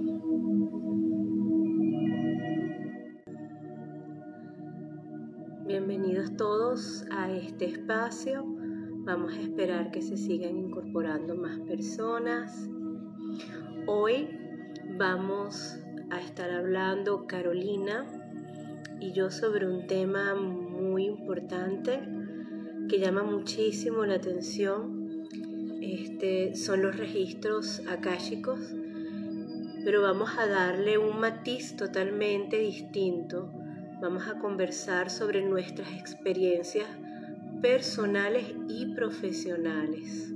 Bienvenidos todos a este espacio. Vamos a esperar que se sigan incorporando más personas. Hoy vamos a estar hablando Carolina y yo sobre un tema muy importante que llama muchísimo la atención. Son los registros akáshicos, pero vamos a darle un matiz totalmente distinto. Vamos a conversar sobre nuestras experiencias personales y profesionales.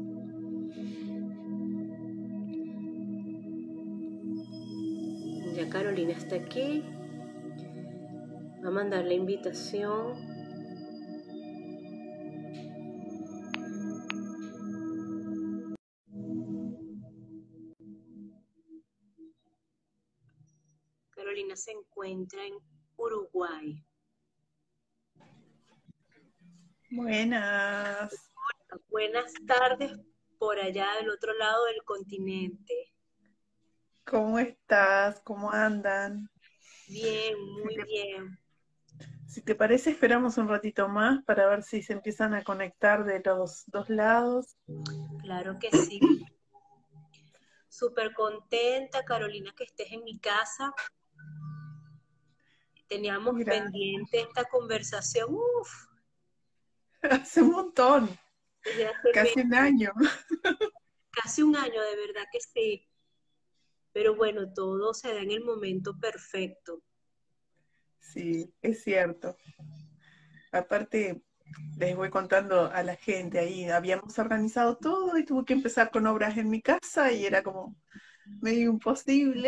Ya Carolina está aquí. Va a mandar la invitación. Carolina se encuentra en Uruguay. Buenas. Buenas tardes por allá del otro lado del continente. ¿Cómo estás? ¿Cómo andan? Bien, muy bien. Si te parece, esperamos un ratito más para ver si se empiezan a conectar de los dos lados. Claro que sí. Súper contenta, Carolina, que estés en mi casa. Teníamos pendiente esta conversación, hace un montón, desde hace casi un año. Casi un año, de verdad que sí. Pero bueno, todo se da en el momento perfecto. Sí, es cierto. Aparte, les voy contando a la gente ahí, habíamos organizado todo y tuve que empezar con obras en mi casa y era como medio imposible.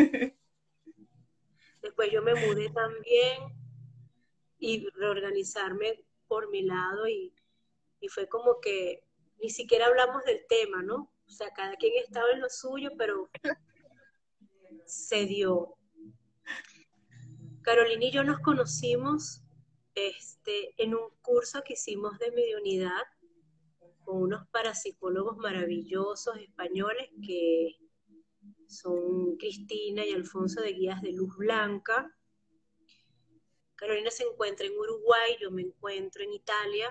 Después yo me mudé también y reorganizarme por mi lado y fue como que ni siquiera hablamos del tema, ¿no? O sea, cada quien estaba en lo suyo, pero se dio. Carolina y yo nos conocimos en un curso que hicimos de mediunidad con unos parapsicólogos maravillosos españoles que son Cristina y Alfonso de Guías de Luz Blanca. Carolina se encuentra en Uruguay, yo me encuentro en Italia.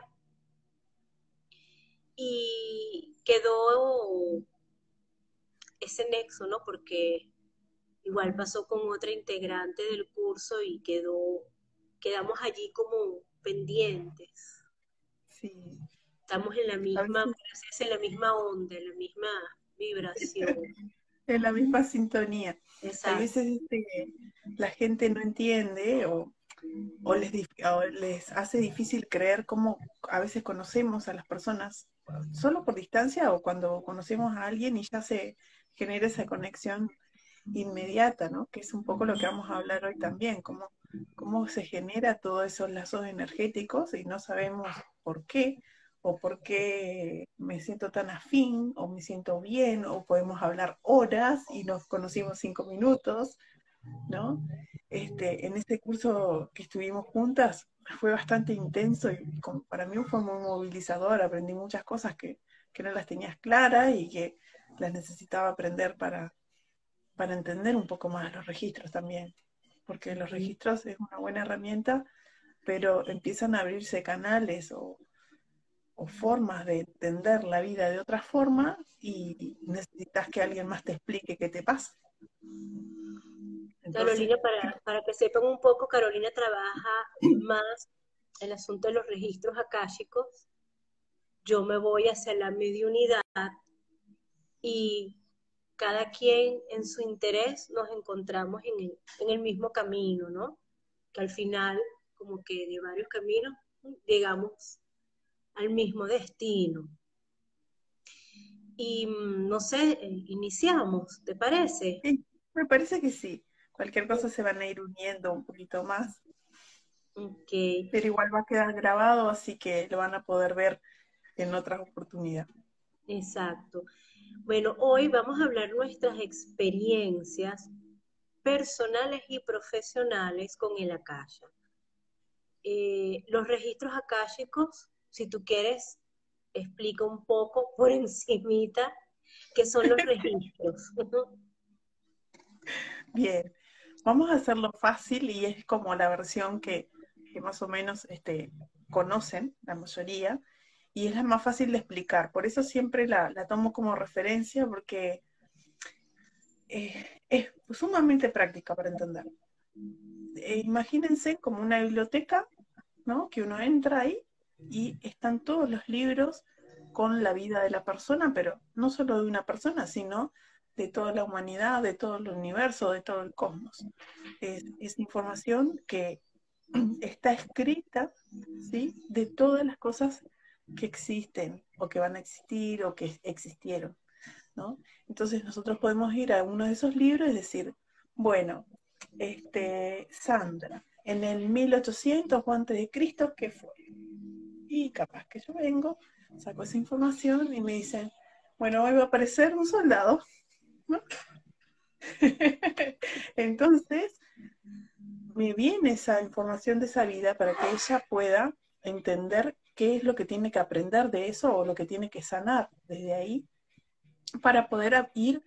Y quedó ese nexo, ¿no? Porque igual pasó con otra integrante del curso y quedamos allí como pendientes. Sí. Estamos en la misma, en la misma onda, en la misma vibración. En la misma sintonía. Exacto. Hay veces la gente no entiende o les hace difícil creer cómo a veces conocemos a las personas solo por distancia o cuando conocemos a alguien y ya se genera esa conexión inmediata, ¿no? Que es un poco lo que vamos a hablar hoy también, cómo se genera todos esos lazos energéticos y no sabemos por qué, o por qué me siento tan afín, o me siento bien, o podemos hablar horas y nos conocimos 5 minutos, ¿no? En este curso que estuvimos juntas fue bastante intenso y para mí fue muy movilizador, aprendí muchas cosas que no las tenías claras y que las necesitaba aprender para entender un poco más los registros también, porque los registros es una buena herramienta, pero empiezan a abrirse canales o formas de entender la vida de otra forma y necesitas que alguien más te explique qué te pasa. Entonces, Carolina, para que sepan un poco, Carolina trabaja más el asunto de los registros akáshicos. Yo me voy hacia la mediunidad y cada quien en su interés nos encontramos en el mismo camino, ¿no? Que al final, como que de varios caminos, llegamos al mismo destino. Y no sé, iniciamos, ¿te parece? Sí, me parece que sí. Cualquier cosa se van a ir uniendo un poquito más. Okay. Pero igual va a quedar grabado, así que lo van a poder ver en otras oportunidades. Exacto. Bueno, hoy vamos a hablar nuestras experiencias personales y profesionales con el Akasha. Los registros akáshicos, si tú quieres, explica un poco por encimita qué son los registros. Bien, vamos a hacerlo fácil y es como la versión que más o menos conocen la mayoría y es la más fácil de explicar. Por eso siempre la tomo como referencia porque es sumamente práctica para entender. Imagínense como una biblioteca, ¿no? Que uno entra ahí y están todos los libros con la vida de la persona, pero no solo de una persona, sino de toda la humanidad, de todo el universo, de todo el cosmos. Es información que está escrita, ¿sí? De todas las cosas que existen o que van a existir o que existieron, ¿no? Entonces nosotros podemos ir a uno de esos libros y decir, bueno, Sandra, en el 1800 o antes de Cristo, ¿qué fue? Y capaz que yo vengo, saco esa información y me dicen, bueno, hoy va a aparecer un soldado, ¿no? Entonces, me viene esa información de esa vida para que ella pueda entender qué es lo que tiene que aprender de eso o lo que tiene que sanar desde ahí para poder ir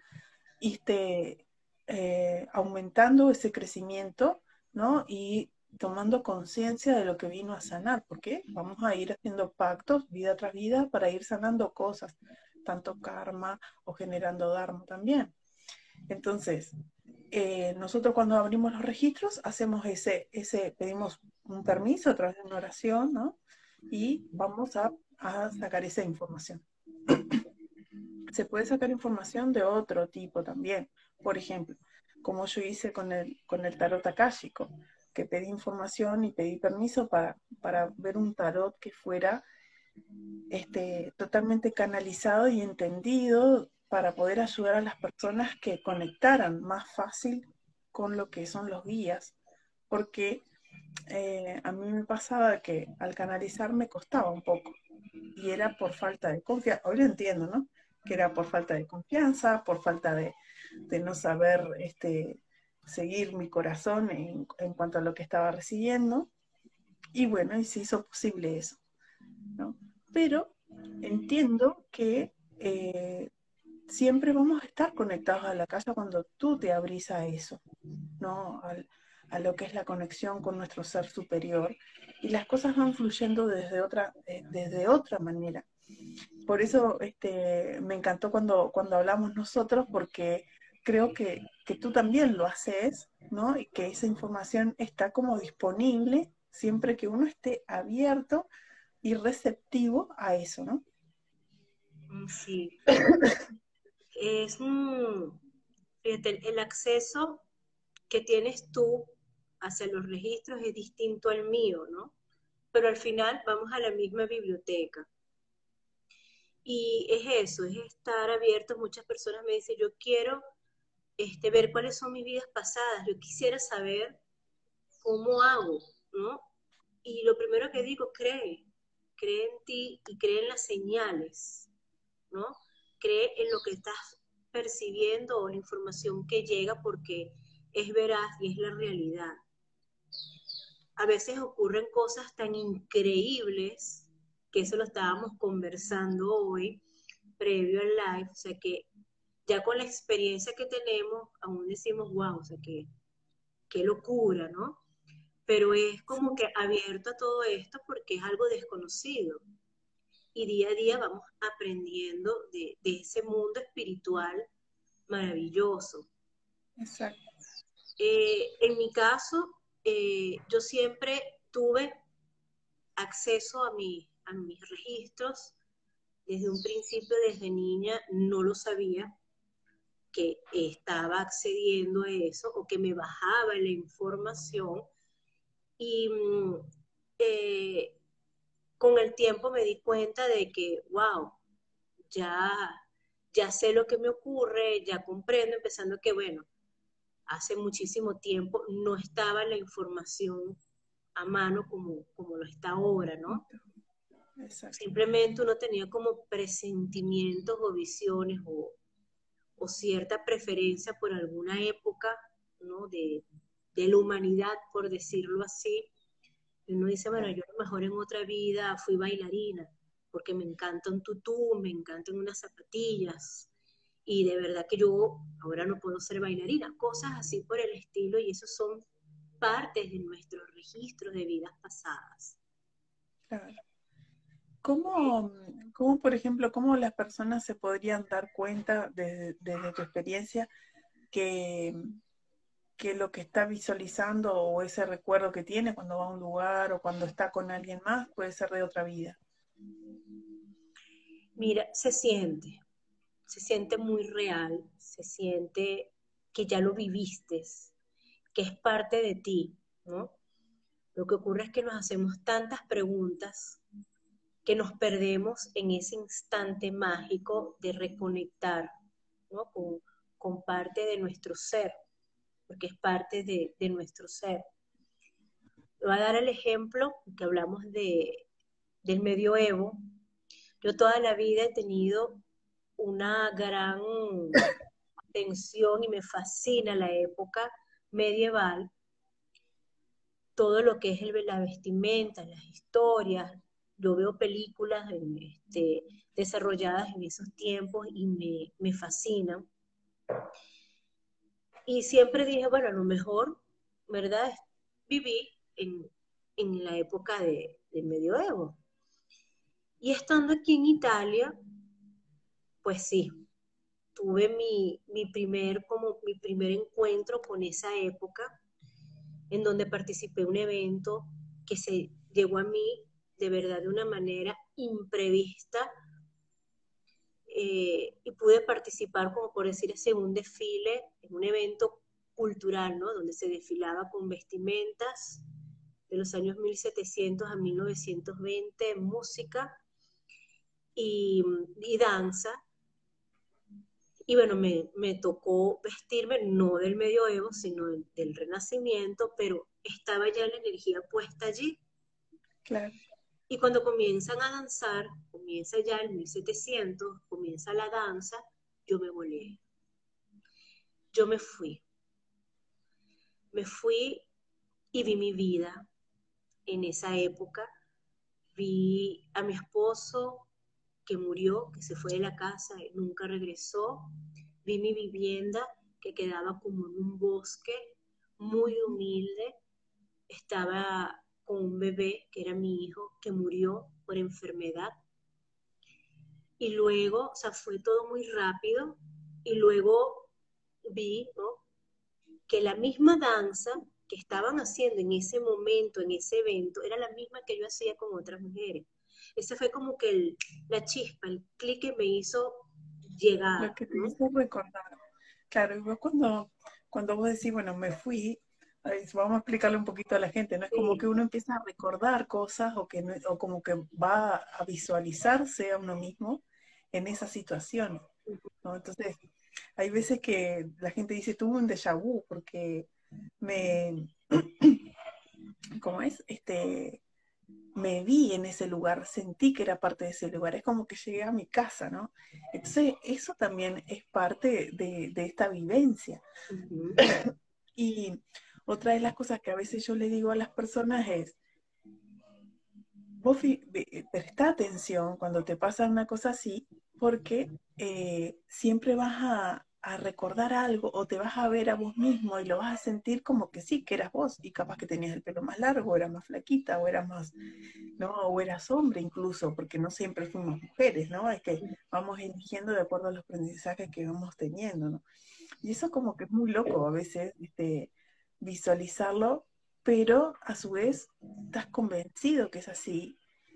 aumentando ese crecimiento, ¿no? Y tomando conciencia de lo que vino a sanar, porque vamos a ir haciendo pactos vida tras vida para ir sanando cosas, tanto karma o generando dharma también. Entonces, nosotros cuando abrimos los registros hacemos pedimos un permiso a través de una oración, ¿no? Y vamos a sacar esa información. Se puede sacar información de otro tipo también. Por ejemplo, como yo hice con el tarot akáshico, que pedí información y pedí permiso para ver un tarot que fuera totalmente canalizado y entendido para poder ayudar a las personas que conectaran más fácil con lo que son los guías. Porque a mí me pasaba que al canalizar me costaba un poco y era por falta de confianza. Hoy lo entiendo, ¿no? Que era por falta de confianza, por falta de no saber seguir mi corazón en cuanto a lo que estaba recibiendo. Y bueno, y se hizo posible eso, ¿no? Pero entiendo que siempre vamos a estar conectados a la casa cuando tú te abrís a eso, ¿no? A lo que es la conexión con nuestro ser superior y las cosas van fluyendo desde otra manera. Por eso me encantó cuando hablamos nosotros, porque creo que tú también lo haces, ¿no? Y que esa información está como disponible siempre que uno esté abierto y receptivo a eso, ¿no? Sí, es fíjate, el acceso que tienes tú hacia los registros es distinto al mío, ¿no? Pero al final vamos a la misma biblioteca. Y es eso, es estar abiertos. Muchas personas me dicen, yo quiero ver cuáles son mis vidas pasadas, yo quisiera saber cómo hago, ¿no? Y lo primero que digo, cree en ti y cree en las señales, ¿no? Cree en lo que estás percibiendo o la información que llega porque es veraz y es la realidad. A veces ocurren cosas tan increíbles, que eso lo estábamos conversando hoy, previo al live, o sea que ya con la experiencia que tenemos, aún decimos, wow, o sea que qué locura, ¿no? Pero es Sí, como que abierto a todo esto porque es algo desconocido. Y día a día vamos aprendiendo de ese mundo espiritual maravilloso. exacto. En mi caso, yo siempre tuve acceso a mis registros desde un principio, desde niña, no lo sabía que estaba accediendo a eso o que me bajaba la información y eh, con el tiempo me di cuenta de que, wow, ya, ya sé lo que me ocurre, ya comprendo, empezando que, bueno, hace muchísimo tiempo no estaba la información a mano como lo está ahora, ¿no? Exacto. Simplemente uno tenía como presentimientos o visiones o cierta preferencia por alguna época, ¿no? De la humanidad, por decirlo así. Y uno dice, bueno, yo a lo mejor en otra vida fui bailarina, porque me encanta un tutú, me encantan unas zapatillas. y de verdad que yo ahora no puedo ser bailarina, cosas así por el estilo, y esos son partes de nuestros registros de vidas pasadas. Claro. ¿Cómo, por ejemplo, cómo las personas se podrían dar cuenta desde tu experiencia que, que lo que está visualizando o ese recuerdo que tiene cuando va a un lugar o cuando está con alguien más puede ser de otra vida? Mira, se siente muy real, se siente que ya lo viviste, que es parte de ti, ¿no? Lo que ocurre es que nos hacemos tantas preguntas que nos perdemos en ese instante mágico de reconectar, ¿no? con parte de nuestro ser, porque es parte de nuestro ser. Voy a dar el ejemplo que hablamos del medioevo. Yo toda la vida he tenido una gran atención y me fascina la época medieval, todo lo que es la vestimenta, las historias. Yo veo películas desarrolladas en esos tiempos y me fascinan. Y siempre dije, bueno, a lo mejor, ¿verdad? Viví en la época del medioevo. Y estando aquí en Italia, pues sí, tuve mi primer encuentro con esa época, en donde participé en un evento que se llegó a mí de verdad de una manera imprevista, y pude participar, como por decir así, en un desfile, en un evento cultural, ¿no? Donde se desfilaba con vestimentas de los años 1700 a 1920, música y danza. Y bueno, me tocó vestirme no del medioevo, sino del Renacimiento, pero estaba ya la energía puesta allí. Claro. Y cuando comienzan a danzar, comienza ya el 1700, comienza la danza, yo me volé. Yo me fui y vi mi vida en esa época. Vi a mi esposo que murió, que se fue de la casa y nunca regresó. Vi mi vivienda que quedaba como en un bosque muy humilde. Estaba con un bebé que era mi hijo, que murió por enfermedad. Y luego, o sea, fue todo muy rápido. Y luego vi, ¿no?, que la misma danza que estaban haciendo en ese momento, en ese evento, era la misma que yo hacía con otras mujeres. Ese fue como que la chispa, el clic que me hizo llegar, Lo que te ¿no? hizo recordar. Claro, y vos cuando vos decís, bueno, me fui, vamos a explicarle un poquito a la gente, ¿no? Es como Sí. que uno empieza a recordar cosas o, que o como que va a visualizarse a uno mismo en esa situación, ¿no? Entonces, hay veces que la gente dice, tuve un déjà vu porque me, ¿cómo es? Me vi en ese lugar, sentí que era parte de ese lugar, es como que llegué a mi casa, ¿no? Entonces, eso también es parte de esta vivencia. Uh-huh. Y otra de las cosas que a veces yo le digo a las personas es, vos presta atención cuando te pasa una cosa así, porque siempre vas a recordar algo o te vas a ver a vos mismo y lo vas a sentir como que sí, que eras vos y capaz que tenías el pelo más largo, o eras más flaquita, o eras más, ¿no? O eras hombre incluso, porque no siempre fuimos mujeres, ¿no? Es que vamos eligiendo de acuerdo a los aprendizajes que vamos teniendo, ¿no? Y eso como que es muy loco a veces, visualizarlo, pero a su vez estás convencido que es así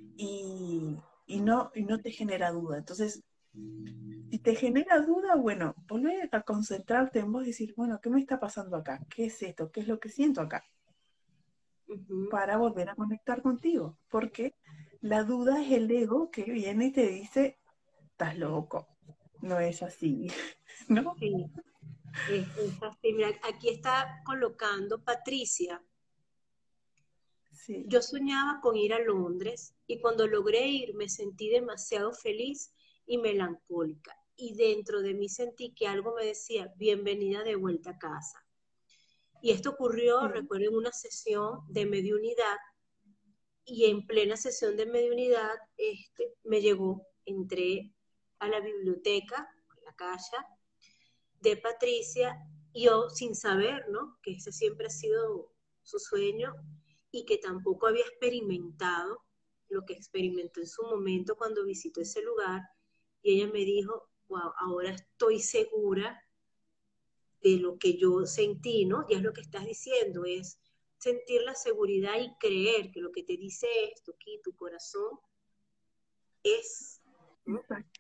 y no te genera duda. Entonces, si te genera duda, bueno, volver a concentrarte en vos y decir, bueno, ¿qué me está pasando acá? ¿Qué es esto? ¿Qué es lo que siento acá? Uh-huh. Para volver a conectar contigo, porque la duda es el ego que viene y te dice, estás loco, no es así, ¿no? Sí, es así. Mira, aquí está colocando Patricia. Sí. Yo soñaba con ir a Londres y cuando logré ir me sentí demasiado feliz y melancólica. Y dentro de mí sentí que algo me decía, bienvenida de vuelta a casa. Y esto ocurrió, Sí. recuerdo, en una sesión de mediunidad, y en plena sesión de mediunidad me llegó, entré a la biblioteca, a la calle, de Patricia, yo sin saber, ¿no? Que ese siempre ha sido su sueño y que tampoco había experimentado lo que experimentó en su momento cuando visitó ese lugar. Y ella me dijo, wow, ahora estoy segura de lo que yo sentí, ¿no? Ya es lo que estás diciendo, es sentir la seguridad y creer que lo que te dice esto aquí, tu corazón, es, ¿no? Exacto.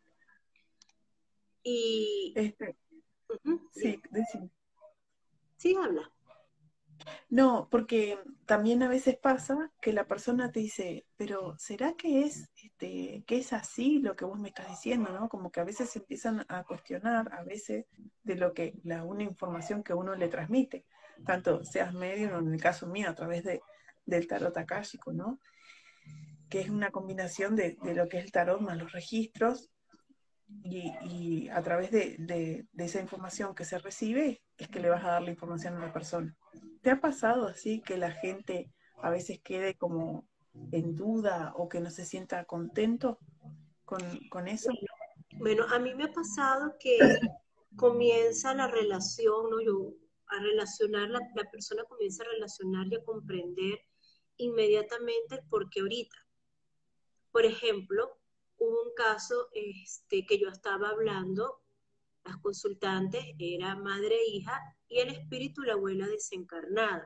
Y, Sí, decime. sí, habla. No, porque también a veces pasa que la persona te dice, pero ¿será que es así lo que vos me estás diciendo, ¿no? Como que a veces se empiezan a cuestionar, a veces, de lo que, una información que uno le transmite, tanto seas medio o en el caso mío, a través del tarot akáshico, ¿no? Que es una combinación de lo que es el tarot más los registros, y a través de esa información que se recibe es que le vas a dar la información a la persona. ¿Te ha pasado así que la gente a veces quede como en duda o que no se sienta contento con eso? Bueno, a mí me ha pasado que comienza la relación, ¿no? Yo a relacionar, la persona comienza a relacionar y a comprender inmediatamente el por qué ahorita. Por ejemplo, hubo un caso que yo estaba hablando, las consultantes, era madre e hija, y el espíritu, la abuela desencarnada.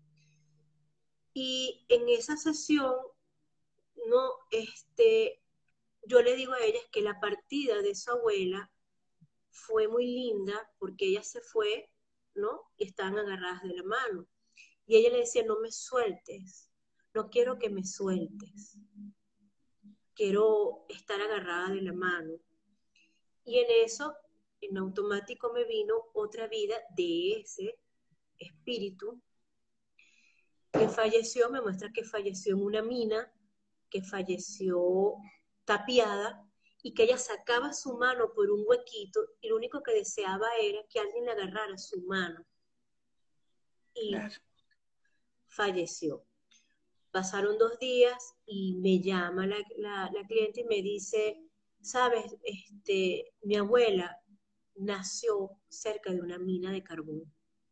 Y en esa sesión, no, yo le digo a ellas que la partida de su abuela fue muy linda porque ella se fue, ¿no? Y estaban agarradas de la mano. Y ella le decía, no me sueltes, no quiero que me sueltes, quiero estar agarrada de la mano. Y en eso, en automático me vino otra vida de ese espíritu que falleció, me muestra que falleció en una mina, que falleció tapiada y que ella sacaba su mano por un huequito y lo único que deseaba era que alguien le agarrara su mano y Claro, falleció. Pasaron 2 días y me llama la cliente y me dice, sabes, mi abuela nació cerca de una mina de carbón.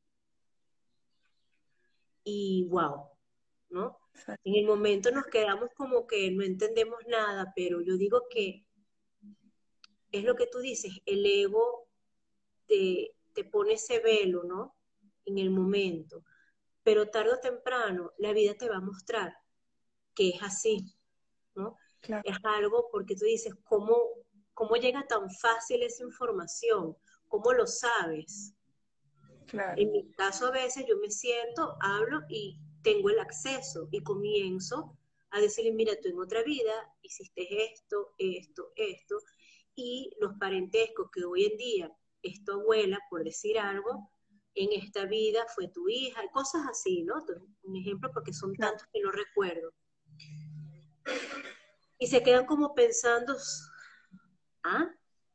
Y wow, ¿no? exacto, En el momento nos quedamos como que no entendemos nada, pero yo digo que es lo que tú dices, el ego te pone ese velo, ¿no? En el momento. Pero tarde o temprano la vida te va a mostrar que es así, ¿no? claro, Es algo porque tú dices, ¿cómo llega tan fácil esa información? ¿Cómo lo sabes? claro, En mi caso a veces yo me siento, hablo y tengo el acceso y comienzo a decirle, mira, tú en otra vida hiciste esto, esto, esto, y los parentescos que hoy en día es tu abuela, por decir algo, en esta vida fue tu hija, y cosas así, ¿no? Un ejemplo porque son claro. tantos que no recuerdo. Y se quedan como pensando, ¿ah?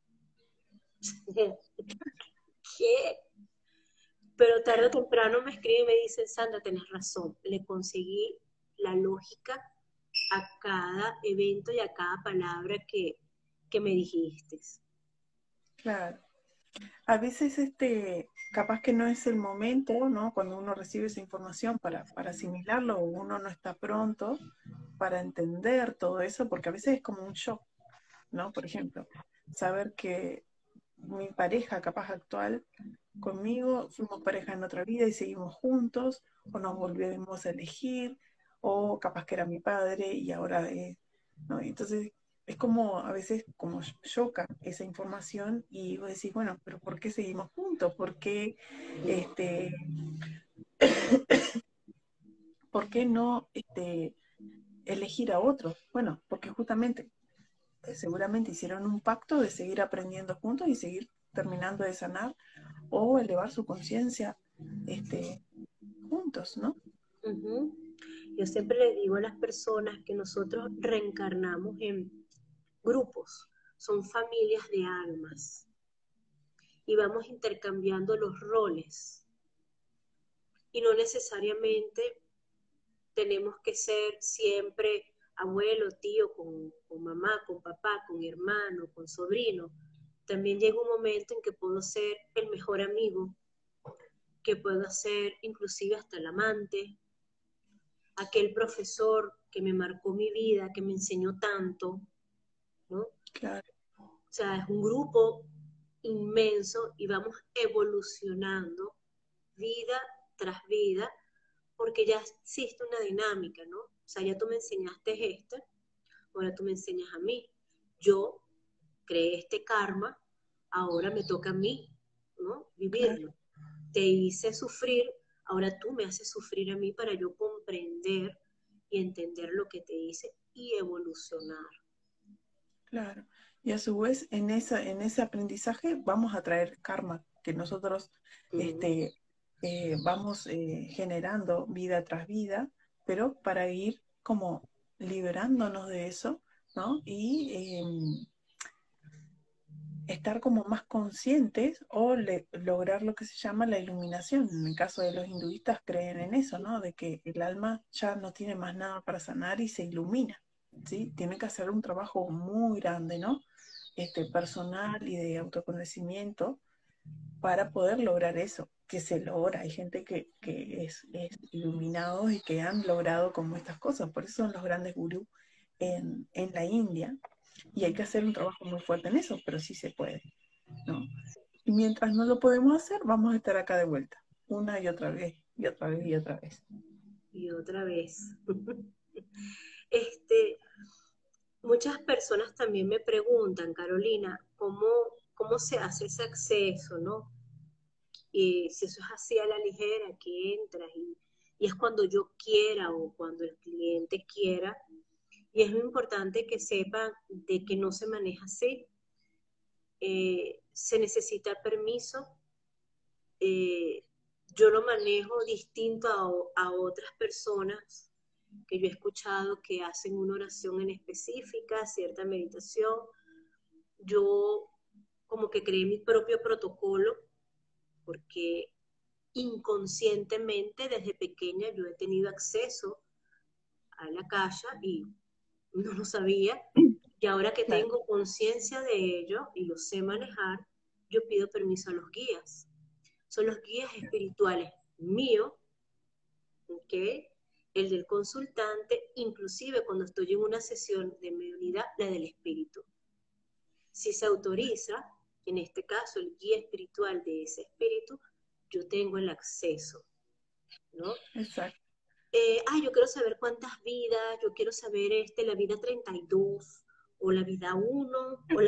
¿Qué? Pero tarde o temprano me escriben y me dicen, Sandra, tenés razón, le conseguí la lógica a cada evento y a cada palabra que me dijiste. Claro. A veces capaz que no es el momento, ¿no? Cuando uno recibe esa información para asimilarlo, o uno no está pronto para entender todo eso, porque a veces es como un shock, ¿no? Por ejemplo, saber que mi pareja capaz actual conmigo, fuimos pareja en otra vida y seguimos juntos, o nos volvemos a elegir, o capaz que era mi padre y ahora es, ¿no? Entonces es como a veces como choca esa información y vos decís, bueno, pero ¿por qué seguimos juntos? Este, ¿Por qué no elegir a otro? Bueno, porque justamente seguramente hicieron un pacto de seguir aprendiendo juntos y seguir terminando de sanar o elevar su conciencia este, juntos, ¿no? Uh-huh. Yo siempre le digo a las personas que nosotros reencarnamos en grupos, son familias de almas y vamos intercambiando los roles y no necesariamente tenemos que ser siempre abuelo, tío, con mamá, con papá, con hermano, con sobrino. también llega un momento en que puedo ser el mejor amigo, que puedo ser inclusive hasta el amante, aquel profesor que me marcó mi vida, que me enseñó tanto, ¿no? Claro. O sea, es un grupo inmenso y vamos evolucionando vida tras vida, porque ya existe una dinámica, ¿no? O sea, ya tú me enseñaste esto, ahora tú me enseñas a mí. Yo creé este karma, ahora me toca a mí, ¿no? Vivirlo. Claro. Te hice sufrir, ahora tú me haces sufrir a mí para yo comprender y entender lo que te hice y evolucionar. Claro. Y a su vez, en ese aprendizaje vamos a traer karma, que nosotros vamos generando vida tras vida, pero para ir como liberándonos de eso, ¿no? Y estar como más conscientes o lograr lo que se llama la iluminación. En el caso de los hinduistas creen en eso, ¿no? De que el alma ya no tiene más nada para sanar y se ilumina, ¿sí? Tiene que hacer un trabajo muy grande, ¿no? Personal y de autoconocimiento para poder lograr eso, que se logra. Hay gente que es iluminado y que han logrado como estas cosas, por eso son los grandes gurús en la India, y hay que hacer un trabajo muy fuerte en eso, pero sí se puede, ¿no? Y mientras no lo podemos hacer, vamos a estar acá de vuelta, una y otra vez, y otra vez, y otra vez. Y otra vez. este, Muchas personas también me preguntan, Carolina, ¿cómo se hace ese acceso, no? Y si eso es así a la ligera, que entras y es cuando yo quiera o cuando el cliente quiera. Y es muy importante que sepan de que no se maneja así. Se necesita permiso. Eh, yo lo manejo distinto a otras personas que yo he escuchado que hacen una oración en específica, cierta meditación. Yo como que creé mi propio protocolo porque inconscientemente desde pequeña yo he tenido acceso a la calle y no lo sabía. Y ahora que Claro, tengo conciencia de ello y lo sé manejar, yo pido permiso a los guías. Son los guías espirituales míos, ¿ok? El del consultante, inclusive cuando estoy en una sesión de mediunidad, la del espíritu. Si se autoriza, en este caso el guía espiritual de ese espíritu, yo tengo el acceso, ¿no? exacto. Yo quiero saber cuántas vidas, yo quiero saber la vida 32 o la vida 1 o la...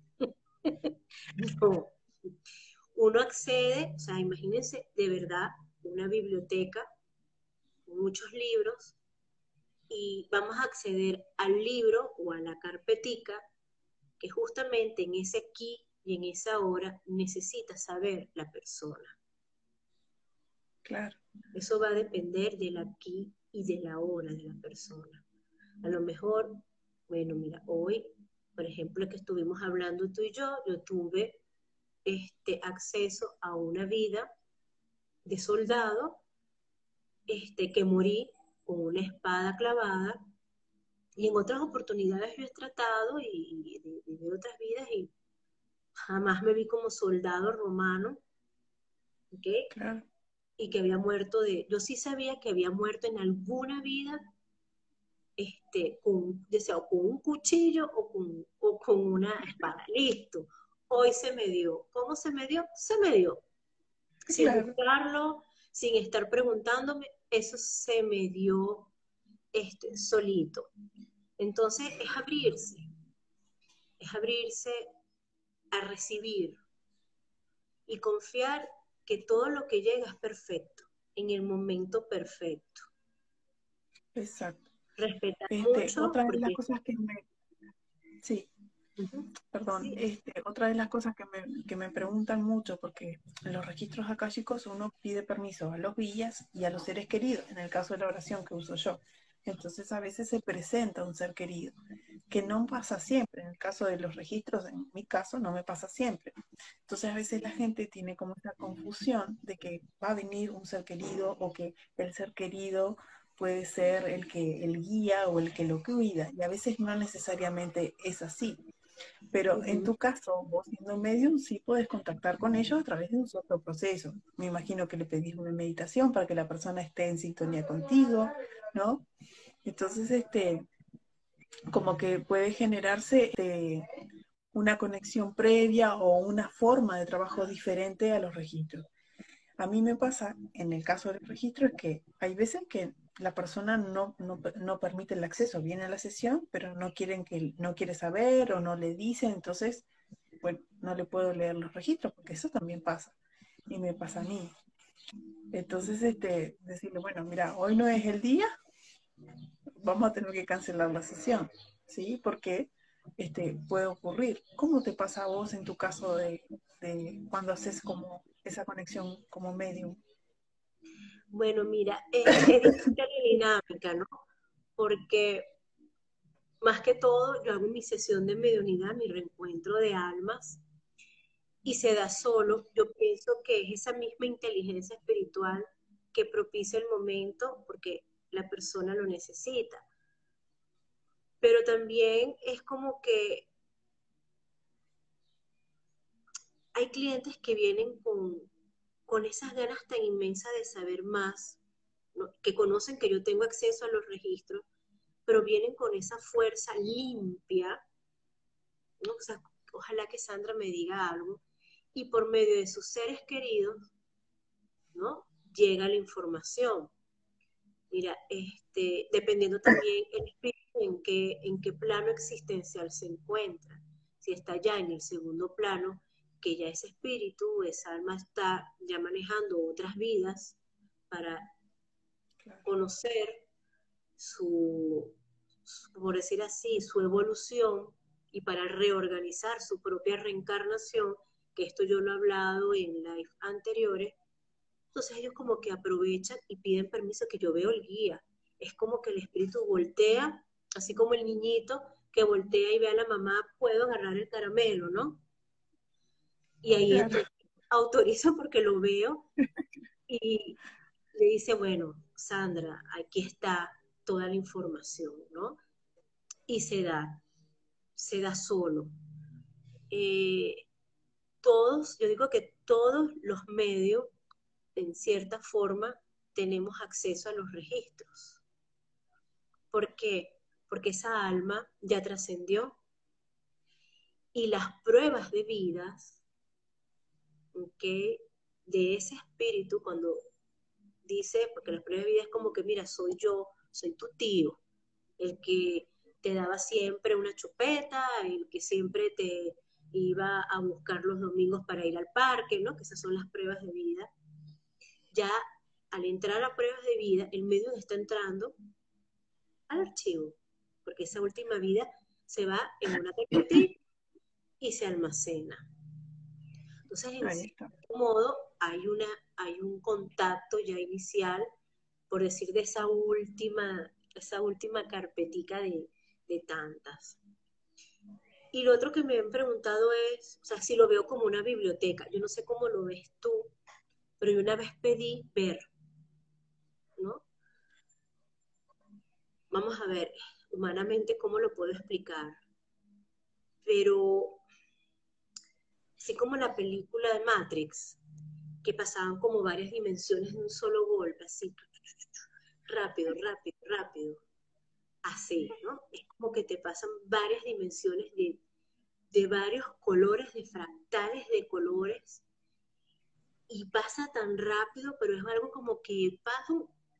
No, uno accede, o sea, imagínense de verdad una biblioteca, muchos libros, y vamos a acceder al libro o a la carpetica que justamente en ese aquí y en esa hora necesita saber la persona. Claro. Eso va a depender del aquí y de la hora de la persona. A lo mejor, bueno, mira, hoy, por ejemplo, que estuvimos hablando tú y yo tuve acceso a una vida de soldado que morí con una espada clavada y en otras oportunidades yo he tratado de otras vidas y jamás me vi como soldado romano, ¿ok? Claro. Y que había muerto yo sí sabía que había muerto en alguna vida con un cuchillo o con una espada. Listo. Hoy se me dio. ¿Cómo se me dio? Se me dio. Sin Claro. buscarlo, sin estar preguntándome, eso se me dio solito. Entonces es abrirse a recibir y confiar que todo lo que llega es perfecto, en el momento perfecto. Exacto. Respetar mucho Otra de las porque... cosas que me... Sí, perdón. Sí, Otra de las cosas que me preguntan mucho, porque en los registros akáshicos uno pide permiso a los guías y a los seres queridos, en el caso de la oración que uso yo. Entonces a veces se presenta un ser querido, que no pasa siempre. En el caso de los registros, en mi caso, no me pasa siempre. Entonces a veces la gente tiene como esta confusión de que va a venir un ser querido o que el ser querido puede ser el guía o el que lo cuida, y a veces no necesariamente es así. Pero en tu caso, vos siendo medium, sí puedes contactar con ellos a través de un solo proceso. Me imagino que le pedís una meditación para que la persona esté en sintonía contigo, ¿no? Entonces, como que puede generarse una conexión previa o una forma de trabajo diferente a los registros. A mí me pasa, en el caso del registro, es que hay veces que la persona no permite el acceso, viene a la sesión, pero no quiere saber o no le dicen, entonces, bueno, no le puedo leer los registros, porque eso también pasa, y me pasa a mí. Entonces, decirle, bueno, mira, hoy no es el día, vamos a tener que cancelar la sesión, ¿sí? Porque puede ocurrir. ¿Cómo te pasa a vos en tu caso de cuando haces como esa conexión como medium? Bueno, mira, es distinta la dinámica, ¿no? Porque más que todo yo hago mi sesión de mediunidad, mi reencuentro de almas, y se da solo. Yo pienso que es esa misma inteligencia espiritual que propicia el momento porque la persona lo necesita. Pero también es como que hay clientes que vienen con esas ganas tan inmensas de saber más, ¿no? Que conocen que yo tengo acceso a los registros, pero vienen con esa fuerza limpia, ¿no? O sea, ojalá que Sandra me diga algo, y por medio de sus seres queridos, ¿no? Llega la información. Mira, dependiendo también el espíritu en qué plano existencial se encuentra. Si está ya en el segundo plano, que ya ese espíritu, esa alma está ya manejando otras vidas para Claro. conocer por decir así, su evolución y para reorganizar su propia reencarnación, que esto yo lo he hablado en live anteriores. Entonces ellos como que aprovechan y piden permiso, que yo veo el guía. Es como que el espíritu voltea, así como el niñito que voltea y ve a la mamá, puedo agarrar el caramelo, ¿no? Y ahí Claro. entonces autoriza porque lo veo y le dice, bueno, Sandra, aquí está toda la información, ¿no? Y se da solo. Eh, yo digo que todos los medios, en cierta forma, tenemos acceso a los registros. ¿Por qué? Porque esa alma ya trascendió y las pruebas de vidas, ¿okay? De ese espíritu, cuando dice, porque las pruebas de vida es como que, mira, soy yo, soy tu tío, el que te daba siempre una chupeta, el que siempre te iba a buscar los domingos para ir al parque, ¿no? Que esas son las pruebas de vida. Ya al entrar a pruebas de vida, el medio está entrando al archivo, porque esa última vida se va en una carpetita y se almacena. Entonces, en Ahí está. cierto modo, hay un contacto ya inicial, por decir, de esa última carpetica de tantas. Y lo otro que me han preguntado es, o sea, si lo veo como una biblioteca. Yo no sé cómo lo ves tú, pero yo una vez pedí ver, ¿no? Vamos a ver humanamente cómo lo puedo explicar. Pero así como la película de Matrix, que pasaban como varias dimensiones de un solo golpe, así, rápido, rápido, rápido, así, ¿no? Es como que te pasan varias dimensiones de varios colores, de fractales de colores, y pasa tan rápido, pero es algo como que pasa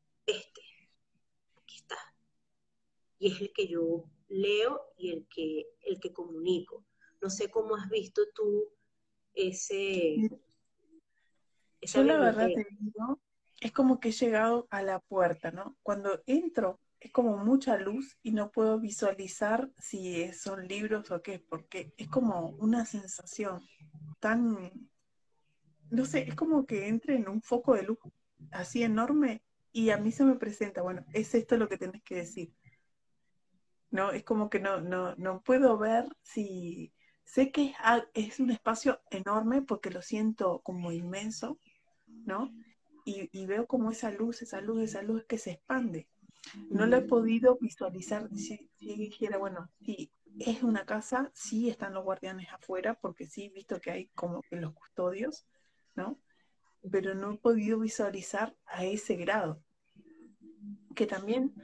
aquí está, y es el que yo leo y el que comunico. No sé cómo has visto tú ese, esa Yo la verdad biblioteca. te digo, es como que he llegado a la puerta, ¿no? Cuando entro es como mucha luz y no puedo visualizar si son libros o qué, porque es como una sensación tan, no sé, es como que entre en un foco de luz así enorme y a mí se me presenta, bueno, es esto lo que tenés que decir, ¿no? Es como que no puedo ver si, sé que es un espacio enorme porque lo siento como inmenso, ¿no? Y veo como esa luz que se expande. No la he podido visualizar si dijera, bueno, sí, es una casa, sí están los guardianes afuera, porque sí he visto que hay como que los custodios, ¿no? Pero no he podido visualizar a ese grado. Que también,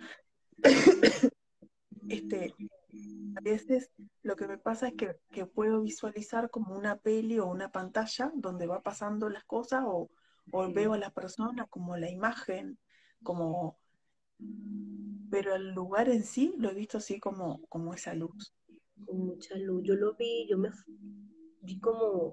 a veces lo que me pasa es que puedo visualizar como una peli o una pantalla donde va pasando las cosas o veo a la persona como la imagen, como, pero el lugar en sí lo he visto así como esa luz. con mucha luz. Yo lo vi, vi como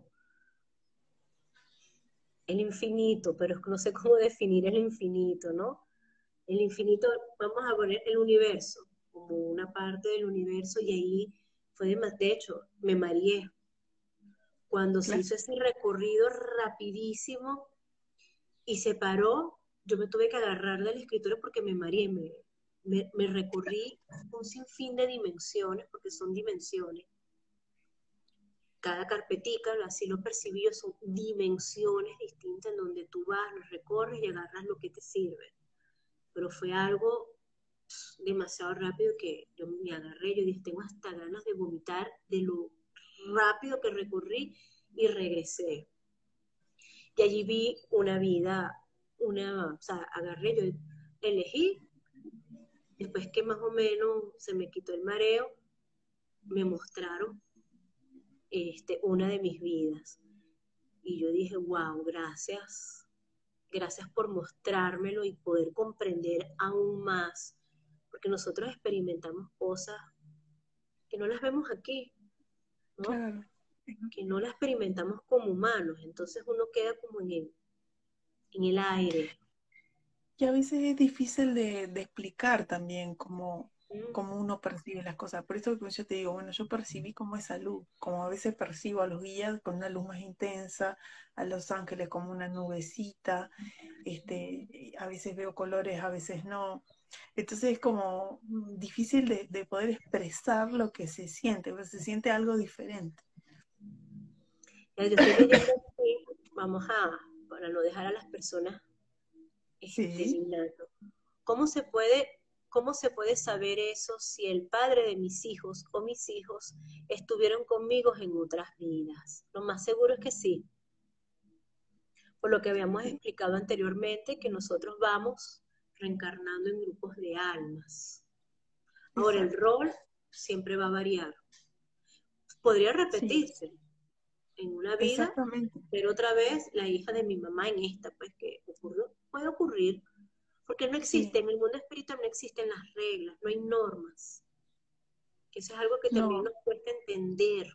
el infinito, pero no sé cómo definir el infinito, ¿no? El infinito, vamos a poner el universo, como una parte del universo, y ahí de hecho, me mareé. Cuando se Claro, hizo ese recorrido rapidísimo y se paró, yo me tuve que agarrar del escritorio porque me mareé, me recorrí un sinfín de dimensiones, porque son dimensiones. Cada carpetica, así lo percibí yo, son dimensiones distintas en donde tú vas, los recorres y agarras lo que te sirve. Pero fue algo demasiado rápido que yo me agarré, yo dije, tengo hasta ganas de vomitar de lo rápido que recorrí y regresé. Y allí vi una vida, o sea, agarré, yo elegí, después que más o menos se me quitó el mareo, me mostraron una de mis vidas. Y yo dije, wow, gracias, gracias por mostrármelo y poder comprender aún más, porque nosotros experimentamos cosas que no las vemos aquí, ¿no? claro. Que no las experimentamos como humanos, entonces uno queda como en el aire. Y a veces es difícil de explicar también ¿Mm? cómo uno percibe las cosas. Por eso que yo te digo, bueno, yo percibí como esa luz, como a veces percibo a los guías con una luz más intensa, a los ángeles como una nubecita, a veces veo colores, a veces no. Entonces es como difícil de poder expresar lo que se siente, pero se siente algo diferente. Ya, yo estoy leyendo aquí, para no dejar a las personas Sí, mirando. ¿Cómo se puede, ¿Cómo se puede saber eso si el padre de mis hijos o mis hijos estuvieron conmigo en otras vidas? Lo más seguro es que sí, por lo que habíamos sí, explicado anteriormente, que nosotros vamos reencarnando en grupos de almas. Ahora, el exacto. rol siempre va a variar. Podría Sí, repetirse en una vida, exactamente. pero otra vez la hija de mi mamá en esta, pues que puede ocurrir, porque no existe, Sí, en el mundo espiritual no existen las reglas, no hay normas, que eso es algo que también no. nos cuesta entender.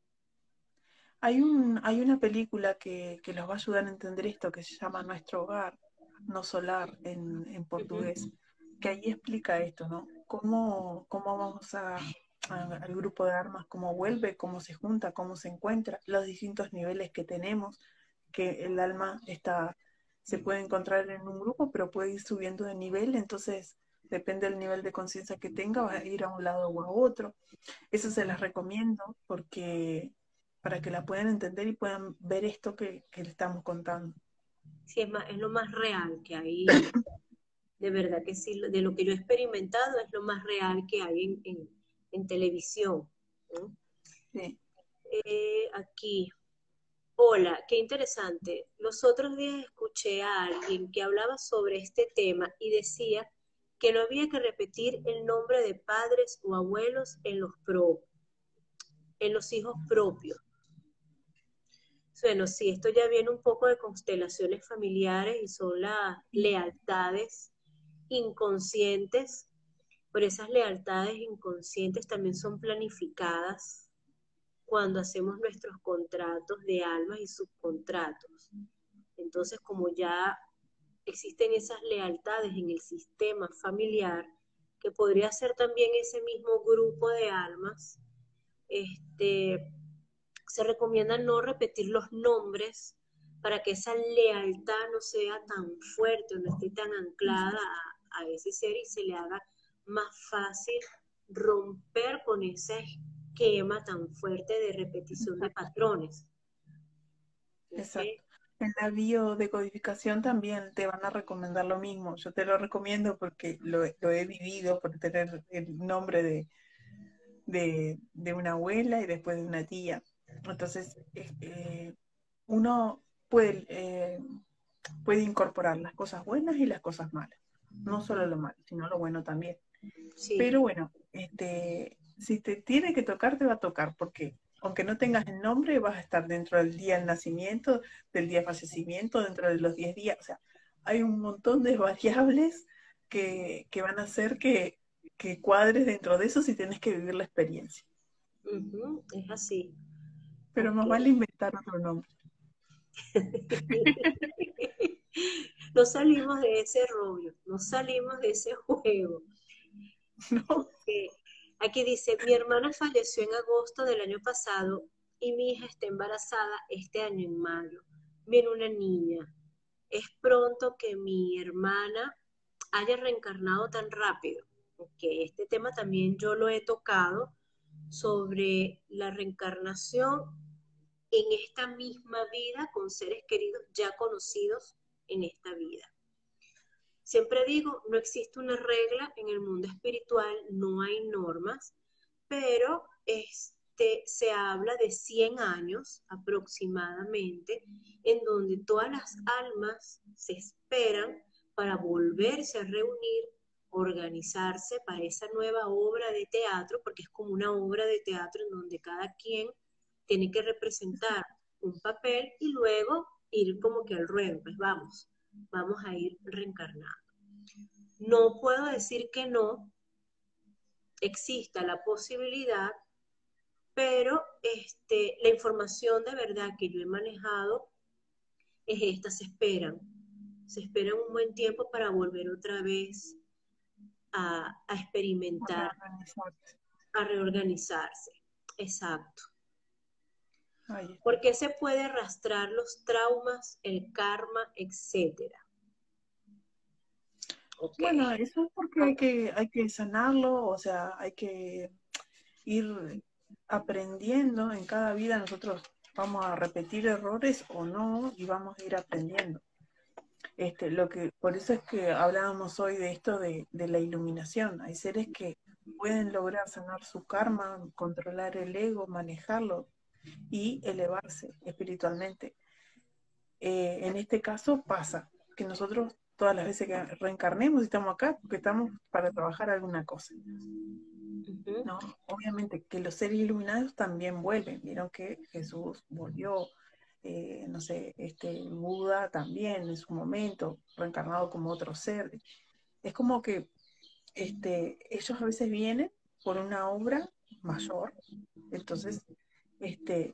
Hay una película que los va a ayudar a entender esto, que se llama Nuestro Hogar, no Solar en portugués, Ujú. que ahí explica esto, ¿no? Cómo vamos al grupo de armas, cómo vuelve, cómo se junta, cómo se encuentra, los distintos niveles que tenemos, que el alma se puede encontrar en un grupo, pero puede ir subiendo de nivel, entonces depende del nivel de conciencia que tenga, va a ir a un lado o a otro. Eso se las recomiendo porque para que la puedan entender y puedan ver esto que le estamos contando. Sí, es lo más real que hay, de verdad que sí, de lo que yo he experimentado es lo más real que hay en televisión, ¿no? Sí, Aquí, hola, qué interesante. Los otros días escuché a alguien que hablaba sobre este tema y decía que no había que repetir el nombre de padres o abuelos en los hijos propios. Bueno, sí, esto ya viene un poco de constelaciones familiares y son las sí, lealtades inconscientes, pero esas lealtades inconscientes también son planificadas cuando hacemos nuestros contratos de almas y subcontratos. Entonces, como ya existen esas lealtades en el sistema familiar, que podría ser también ese mismo grupo de almas, se recomienda no repetir los nombres para que esa lealtad no sea tan fuerte o no esté tan anclada a ese ser y se le haga más fácil romper con ese esquema tan fuerte de repetición de exacto, patrones. ¿Okay? exacto. En la biodecodificación también te van a recomendar lo mismo. Yo te lo recomiendo porque lo he vivido por tener el nombre de una abuela y después de una tía. Entonces, uno puede incorporar las cosas buenas y las cosas malas. No solo lo malo, sino lo bueno también. Sí. Pero bueno, si te tiene que tocar, te va a tocar, porque aunque no tengas el nombre, vas a estar dentro del día del nacimiento, del día de fallecimiento, dentro de los 10 días. O sea, hay un montón de variables que van a hacer que cuadres dentro de eso si tienes que vivir la experiencia. Es así. Pero Ok. más vale inventar otro nombre. No salimos de ese rollo, no salimos de ese juego. ¿No? Ok. Aquí dice, mi hermana falleció en agosto del año pasado y mi hija está embarazada este año en mayo. Viene una niña. Es pronto que mi hermana haya reencarnado tan rápido. Porque este tema también yo lo he tocado sobre la reencarnación en esta misma vida con seres queridos ya conocidos en esta vida. Siempre digo, no existe una regla en el mundo espiritual, no hay normas, pero se habla de 100 años aproximadamente, en donde todas las almas se esperan para volverse a reunir, organizarse para esa nueva obra de teatro, porque es como una obra de teatro en donde cada quien tiene que representar un papel y luego ir como que al ruedo, pues vamos a ir reencarnando. No puedo decir que no exista la posibilidad, pero la información de verdad que yo he manejado es esta, se esperan un buen tiempo para volver otra vez a experimentar, Reorganizarte. a reorganizarse. Exacto. Ahí está. Porque se puede arrastrar los traumas, el karma, etcétera. Ok. Bueno, eso es porque hay que sanarlo, o sea, hay que ir aprendiendo en cada vida. Nosotros vamos a repetir errores o no y vamos a ir aprendiendo. Por eso es que hablábamos hoy de esto de la iluminación. Hay seres que pueden lograr sanar su karma, controlar el ego, manejarlo y elevarse espiritualmente. En este caso pasa que nosotros todas las veces que reencarnemos estamos acá porque estamos para trabajar alguna cosa. Uh-huh. ¿No? Obviamente que los seres iluminados también vuelven. Vieron que Jesús volvió, no sé, Buda también en su momento, reencarnado como otro ser. Es como que ellos a veces vienen por una obra mayor, entonces este,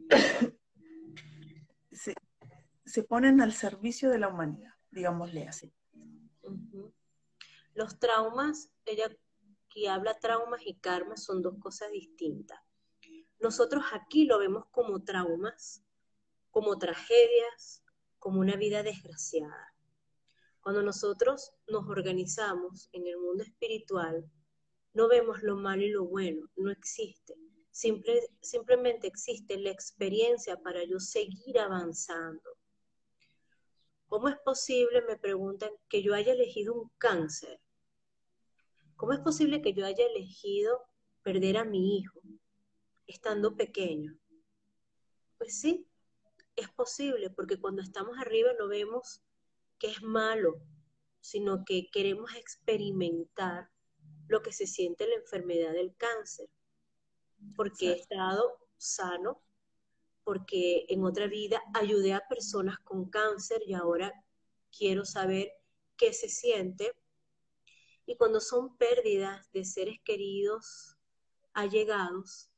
se, se ponen al servicio de la humanidad, digámosle así. Uh-huh. Los traumas, ella que habla traumas y karma son dos cosas distintas. Nosotros aquí lo vemos como traumas, como tragedias, como una vida desgraciada. Cuando nosotros nos organizamos en el mundo espiritual, no vemos lo malo y lo bueno, no existe. Simplemente existe la experiencia para yo seguir avanzando. ¿Cómo es posible, me preguntan, que yo haya elegido un cáncer? ¿Cómo es posible que yo haya elegido perder a mi hijo estando pequeño? Pues sí, es posible, porque cuando estamos arriba no vemos que es malo, sino que queremos experimentar lo que se siente la enfermedad del cáncer, porque he Exacto. estado sano, porque en otra vida ayudé a personas con cáncer y ahora quiero saber qué se siente. Y cuando son pérdidas de seres queridos, allegados,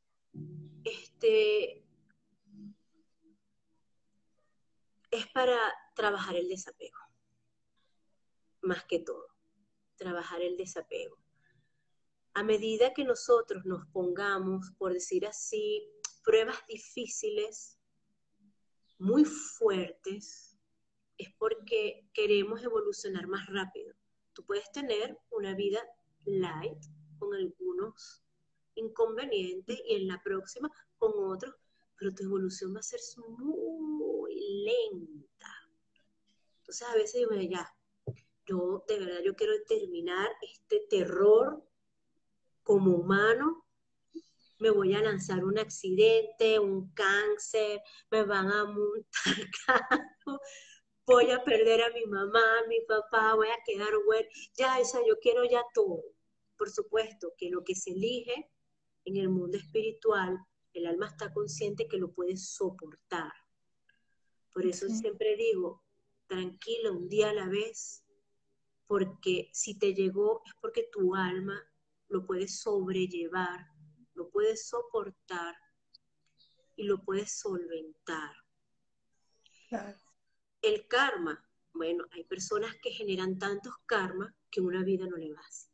es para trabajar el desapego, más que todo, trabajar el desapego. A medida que nosotros nos pongamos, por decir así, pruebas difíciles, muy fuertes, es porque queremos evolucionar más rápido. Tú puedes tener una vida light con algunos inconvenientes y en la próxima con otros, pero tu evolución va a ser muy lenta. Entonces a veces digo, ya, yo de verdad yo quiero terminar este terror como humano me voy a lanzar un accidente, un cáncer, me van a multar carro, voy a perder a mi mamá, a mi papá, voy a quedar huérfana, ya, o sea, yo quiero ya todo. Por supuesto que lo que se elige en el mundo espiritual, el alma está consciente que lo puede soportar. Por eso Sí, siempre digo, tranquila, un día a la vez, porque si te llegó es porque tu alma lo puede sobrellevar, lo puede soportar y lo puede solventar. claro. El karma, bueno, hay personas que generan tantos karmas que una vida no le basta.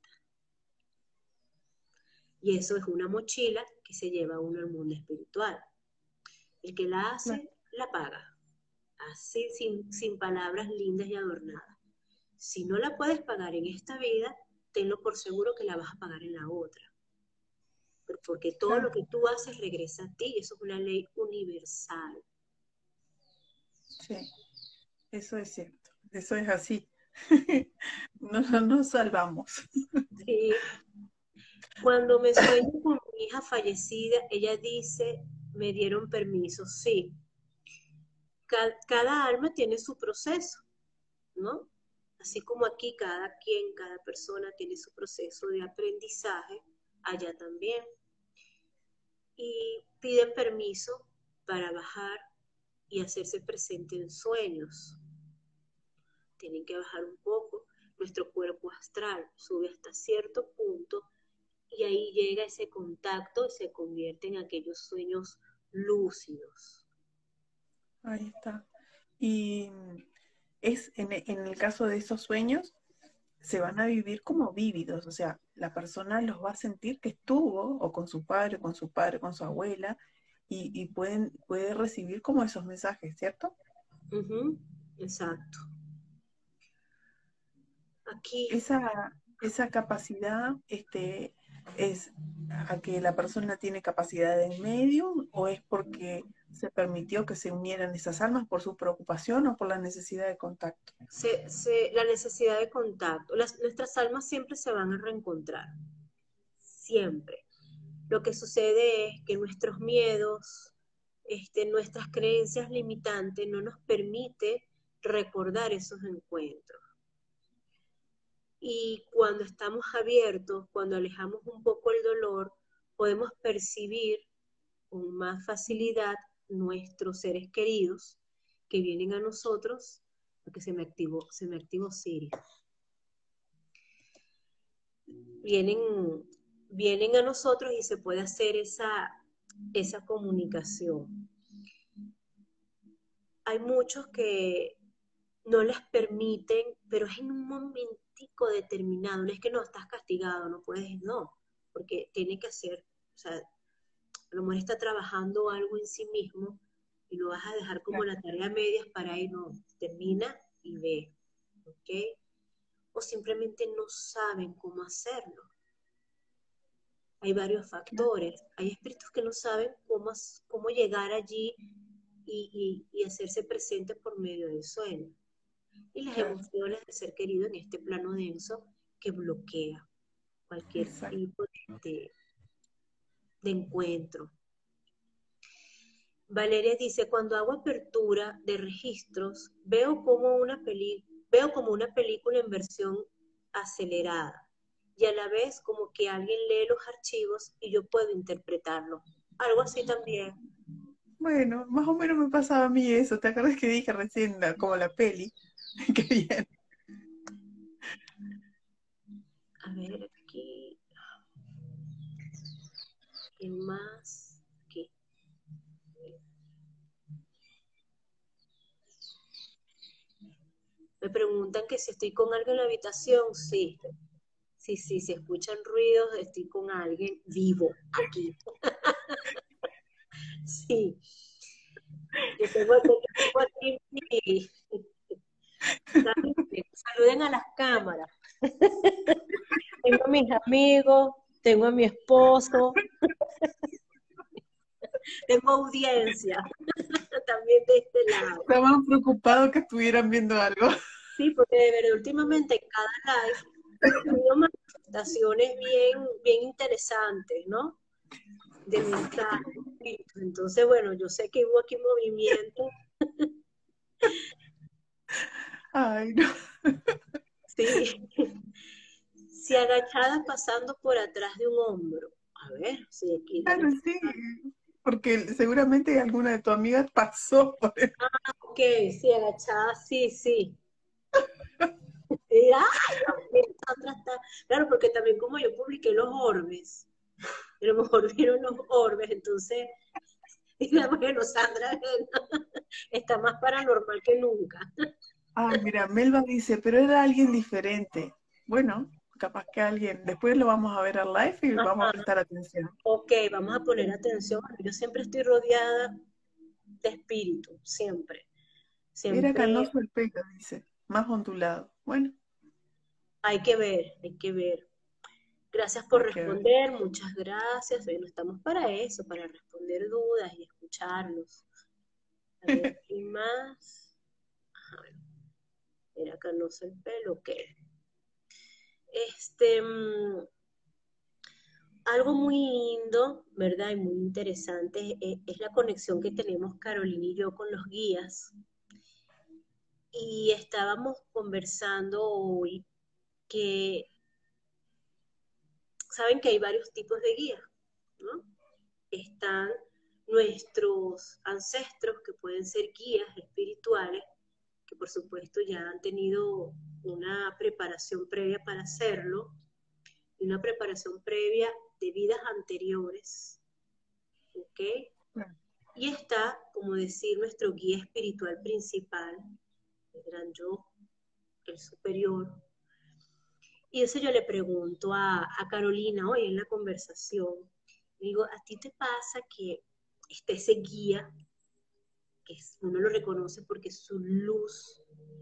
Y eso es una mochila que se lleva uno al mundo espiritual. El que la Claro. hace, la paga. Así, sin palabras lindas y adornadas. Si no la puedes pagar en esta vida, tenlo por seguro que la vas a pagar en la otra. Porque todo lo Claro. que tú haces regresa a ti. Eso es una ley universal. Sí, eso es cierto. Eso es así. No nos salvamos. Sí. Cuando me sueño con mi hija fallecida, ella dice, me dieron permiso. Sí, cada alma tiene su proceso, ¿no? Así como aquí cada quien, cada persona tiene su proceso de aprendizaje, allá también. Y piden permiso para bajar y hacerse presente en sueños. Tienen que bajar un poco. Nuestro cuerpo astral sube hasta cierto punto y ahí llega ese contacto y se convierte en aquellos sueños lúcidos. Ahí está. Y en el caso de esos sueños, se van a vivir como vívidos, o sea, la persona los va a sentir que estuvo o con su padre, con su padre, con su abuela, y puede recibir como esos mensajes, ¿cierto? Ujú, exacto. Aquí, Esa capacidad, es a que la persona tiene capacidad de medium o es porque se permitió que se unieran esas almas por su preocupación o por la necesidad de contacto. la necesidad de contacto. Nuestras almas siempre se van a reencontrar, siempre. Lo que sucede es que nuestros miedos, nuestras creencias limitantes no nos permite recordar esos encuentros. Y cuando estamos abiertos, cuando alejamos un poco el dolor, podemos percibir con más facilidad nuestros seres queridos que vienen a nosotros, porque se me activó Siri. Vienen, vienen a nosotros y se puede hacer esa comunicación. Hay muchos que no les permiten, pero es en un momentico determinado, no es que no estás castigado, no puedes, no, porque tiene que hacer, o sea, a lo mejor está trabajando algo en sí mismo y lo vas a dejar como Claro, la tarea a medias para ir, no, termina y ve, ¿ok? O simplemente no saben cómo hacerlo. Hay varios claro, factores, hay espíritus que no saben cómo llegar allí y hacerse presentes por medio del sueño. Y las claro, emociones del ser querido en este plano denso que bloquea cualquier exacto. tipo de encuentro. Valeria dice, cuando hago apertura de registros, veo como una película en versión acelerada y a la vez como que alguien lee los archivos y yo puedo interpretarlo. Algo así también. Bueno, más o menos me pasaba a mí eso. ¿Te acuerdas que dije recién como la peli? Qué bien. A ver, aquí, ¿quién más? Aquí. Me preguntan que si estoy con alguien en la habitación. Sí, sí, sí, si escuchan ruidos, estoy con alguien vivo aquí. Sí, yo tengo aquí saluden a las cámaras. Tengo a mis amigos, tengo a mi esposo, tengo audiencia también de este lado. Estaban preocupados que estuvieran viendo algo. Sí, porque de verdad últimamente en cada live he tenido manifestaciones bien, bien interesantes, ¿no? de mensajes, de espíritus. Entonces, bueno, yo sé que hubo aquí movimiento, Ay, no. sí. Si agachada pasando por atrás de un hombro. A ver, si aquí la Claro, letra. sí, porque seguramente alguna de tus amigas pasó por eso. Ok, sí, agachada, sí, sí. Y, ay, Dios mío, esta otra está. Claro, porque también como yo publiqué los orbes, a lo mejor vieron los orbes, entonces, dije, bueno, Sandra está más paranormal que nunca. Ay, mira, Melba dice, pero era alguien diferente. Bueno, capaz que alguien, después lo vamos a ver al live y vamos a Ajá, prestar atención. ok, vamos a poner atención. Yo siempre estoy rodeada de espíritu, siempre. Era Siempre canoso el pelo, dice, más ondulado. Bueno, hay que ver, hay que ver. Gracias por hay que ver. responder, muchas gracias. Bueno, estamos para eso, para responder dudas y escucharlos. A ver, ¿qué más? A ver, era canoso el pelo, ok. Este, algo muy lindo, ¿verdad? Y muy interesante es la conexión que tenemos Carolina y yo con los guías. Y estábamos conversando hoy que saben que hay varios tipos de guías, ¿no? Están nuestros ancestros, que pueden ser guías espirituales, que por supuesto ya han tenido una preparación previa para hacerlo, y una preparación previa de vidas anteriores, ¿ok? Bueno, Y está, como decir, nuestro guía espiritual principal, el gran yo, el superior. Y eso yo le pregunto a Carolina hoy en la conversación, digo, ¿a ti te pasa que está ese guía uno lo reconoce porque su luz,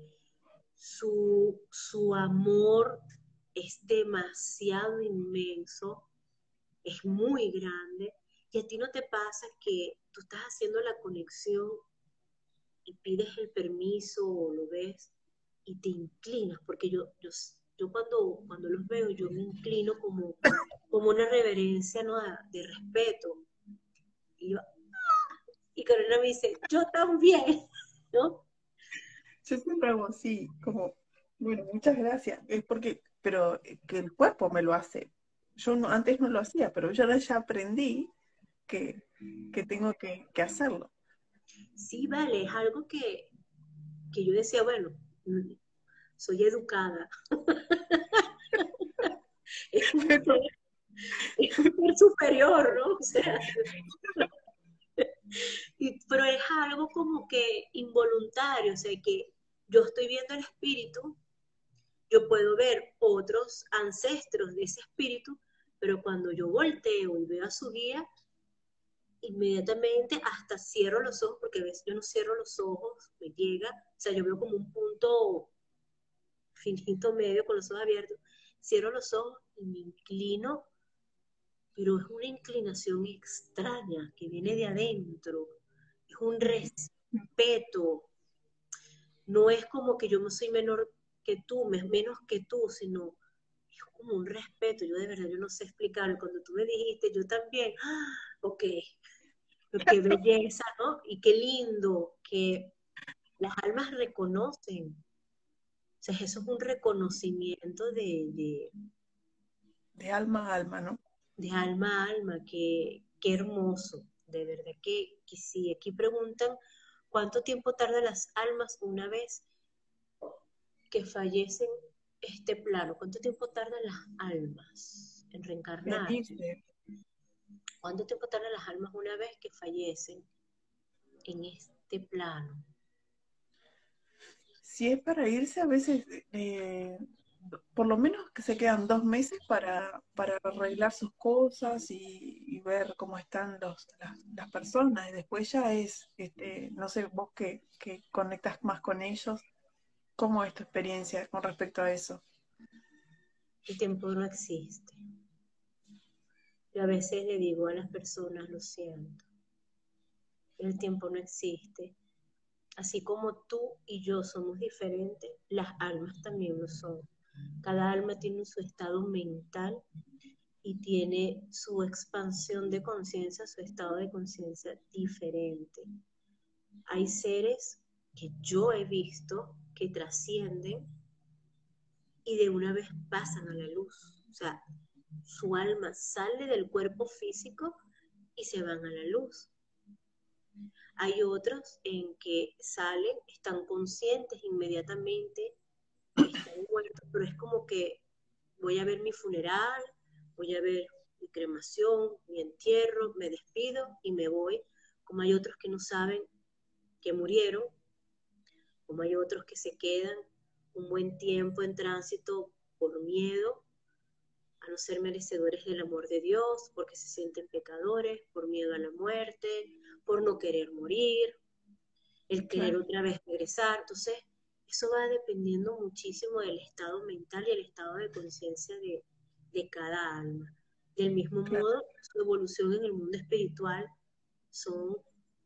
su amor es demasiado inmenso, es muy grande, y a ti no te pasa que tú estás haciendo la conexión y pides el permiso o lo ves y te inclinas, porque yo cuando los veo, yo me inclino como una reverencia, ¿no? de respeto. Y, yo, y Carolina me dice, yo también, ¿no? yo siempre hago así, como, bueno, muchas gracias. Es porque, pero que el cuerpo me lo hace. Yo antes no lo hacía, pero yo ahora ya aprendí que, que tengo que hacerlo. Sí, vale, es algo que yo decía, bueno, soy educada, es un ser, Pero, es un ser superior, ¿no? O sea, pero es algo como que involuntario, o sea, que yo estoy viendo el espíritu, yo puedo ver otros ancestros de ese espíritu, pero cuando yo volteo y veo a su guía, inmediatamente hasta cierro los ojos, porque a veces yo no cierro los ojos, me llega, o sea, yo veo como un punto finito medio con los ojos abiertos, cierro los ojos y me inclino, pero es una inclinación extraña que viene de adentro, es un respeto, no es como que yo no soy menor que tú, menos que tú, sino es como un respeto, yo de verdad, yo no sé explicarlo, cuando tú me dijiste, yo también, ¡ah! Ok, qué belleza, ¿no? Y qué lindo que las almas reconocen, o sea, eso es un reconocimiento de alma a alma, ¿no? de alma a alma, qué hermoso, de verdad que sí. Aquí preguntan cuánto tiempo tardan las almas una vez que fallecen este plano, cuánto tiempo tardan las almas en En reencarnar, irse. cuánto tiempo tardan las almas una vez que fallecen en este plano. Si es para irse, a veces, por lo menos que se quedan 2 meses para arreglar sus cosas y ver cómo están las personas. Y después ya es, no sé, vos que conectas más con ellos, ¿cómo es tu experiencia con respecto a eso? El tiempo no existe. Yo a veces le digo a las personas, lo siento, el tiempo no existe. Así como tú y yo somos diferentes, las almas también lo son. Cada alma tiene su estado mental y tiene su expansión de conciencia, su estado de conciencia diferente. Hay seres que yo he visto que trascienden y de una vez pasan a la luz. O sea, su alma sale del cuerpo físico y se van a la luz. Hay otros en que salen, están conscientes inmediatamente que están muertos, pero es como que voy a ver mi funeral, voy a ver mi cremación, mi entierro, me despido y me voy. Como hay otros que no saben que murieron, como hay otros que se quedan un buen tiempo en tránsito por miedo a no ser merecedores del amor de Dios, porque se sienten pecadores, por miedo a la muerte, por no querer morir, el querer Claro, otra vez regresar. Entonces, eso va dependiendo muchísimo del estado mental y el estado de conciencia de cada alma. Del mismo claro, modo, su evolución en el mundo espiritual son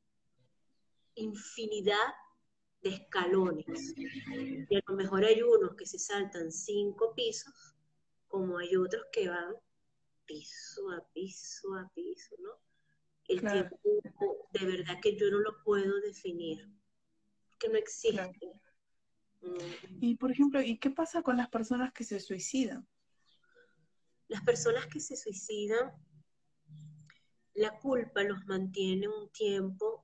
infinidad de escalones. Y a lo mejor hay unos que se saltan 5 pisos, como hay otros que van piso a piso a piso, ¿no? El claro, tiempo de verdad que yo no lo puedo definir, que no claro. existe. Mm. Y por ejemplo, ¿y qué pasa con las personas que se suicidan? Las personas que se suicidan, la culpa los mantiene un tiempo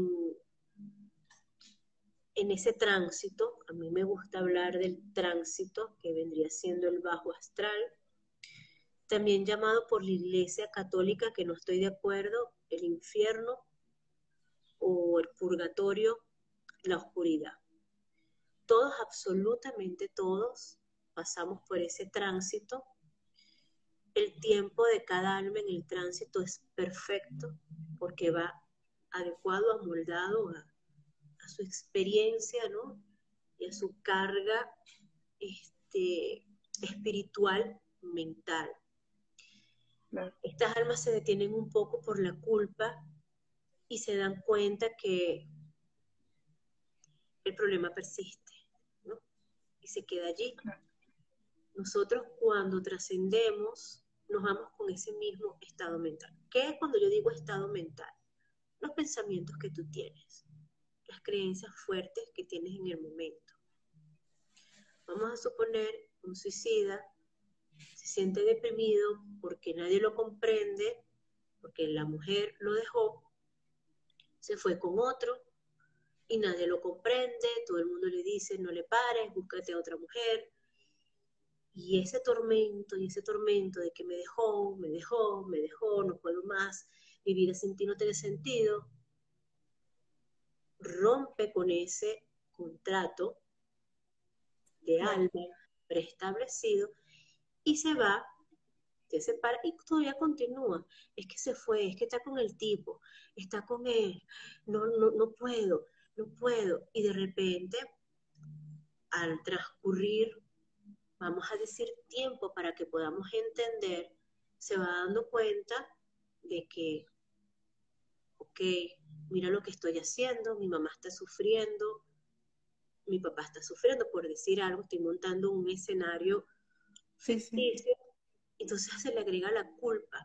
en ese tránsito. A mí me gusta hablar del tránsito, que vendría siendo el bajo astral, también llamado por la Iglesia Católica, que no estoy de acuerdo, el infierno o el purgatorio, la oscuridad. Todos, absolutamente todos, pasamos por ese tránsito. El tiempo de cada alma en el tránsito es perfecto porque va adecuado, amoldado a su experiencia, ¿no? Y a su carga espiritual, mental. Claro, Estas almas se detienen un poco por la culpa y se dan cuenta que el problema persiste, ¿no? Y se queda allí. claro, Nosotros cuando trascendemos nos vamos con ese mismo estado mental. ¿Qué es cuando yo digo estado mental? Los pensamientos que tú tienes, las creencias fuertes que tienes en el momento. Vamos a suponer un suicida se siente deprimido porque nadie lo comprende, porque la mujer lo dejó, se fue con otro y nadie lo comprende, todo el mundo le dice no le pares, búscate a otra mujer. Y ese tormento de que me dejó, me dejó, me dejó, no puedo más, mi vida sin ti no tiene sentido, rompe con ese contrato de claro, alma preestablecido y se va, se separa y todavía continúa. Es que se fue, es que está con el tipo, está con él, no puedo, no puedo. Y de repente, al transcurrir, vamos a decir tiempo para que podamos entender, se va dando cuenta de que, ok, mira lo que estoy haciendo, mi mamá está sufriendo, mi papá está sufriendo, por decir algo, estoy montando un escenario sí, sí, ficticio, entonces se le agrega la culpa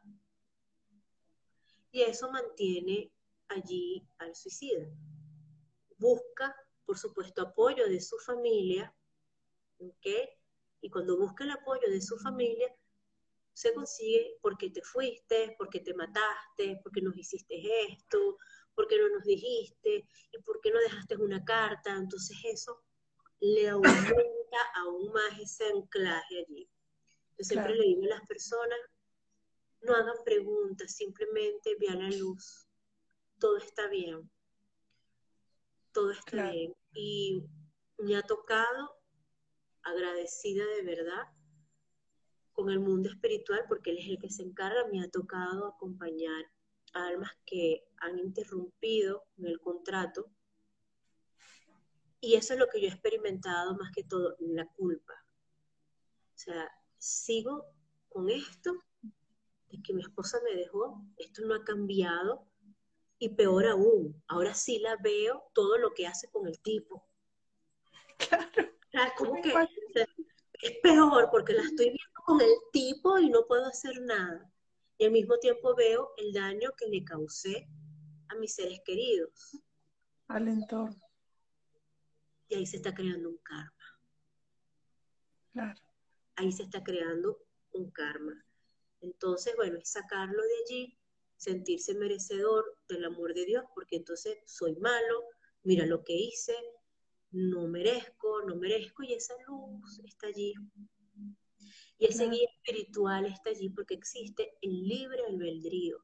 y eso mantiene allí al suicida. Busca, por supuesto, apoyo de su familia, ¿ok? Y cuando busca el apoyo de su familia, se consigue porque te fuiste, porque te mataste, porque nos hiciste esto, porque no nos dijiste y porque no dejaste una carta. Entonces eso le aumenta aún más ese anclaje allí. Yo siempre claro, le digo a las personas, no hagan preguntas, simplemente vean la luz. Todo está bien, todo está claro, bien. Y me ha tocado, agradecida de verdad, con el mundo espiritual, porque él es el que se encarga, me ha tocado acompañar a almas que han interrumpido en el contrato. Y eso es lo que yo he experimentado más que todo, la culpa. O sea, sigo con esto de que mi esposa me dejó, esto no ha cambiado, y peor aún, ahora sí la veo todo lo que hace con el tipo. claro, O sea, como me que, o imagino. sea, es peor porque la estoy viendo con el tipo y no puedo hacer nada. Y al mismo tiempo veo el daño que le causé a mis seres queridos. al entorno, Y ahí se está creando un karma. claro, Ahí se está creando un karma. Entonces, bueno, es sacarlo de allí, sentirse merecedor del amor de Dios, porque entonces soy malo, mira lo que hice, no merezco, no merezco, y esa luz está allí. Y ese claro, guía espiritual está allí porque existe el libre albedrío.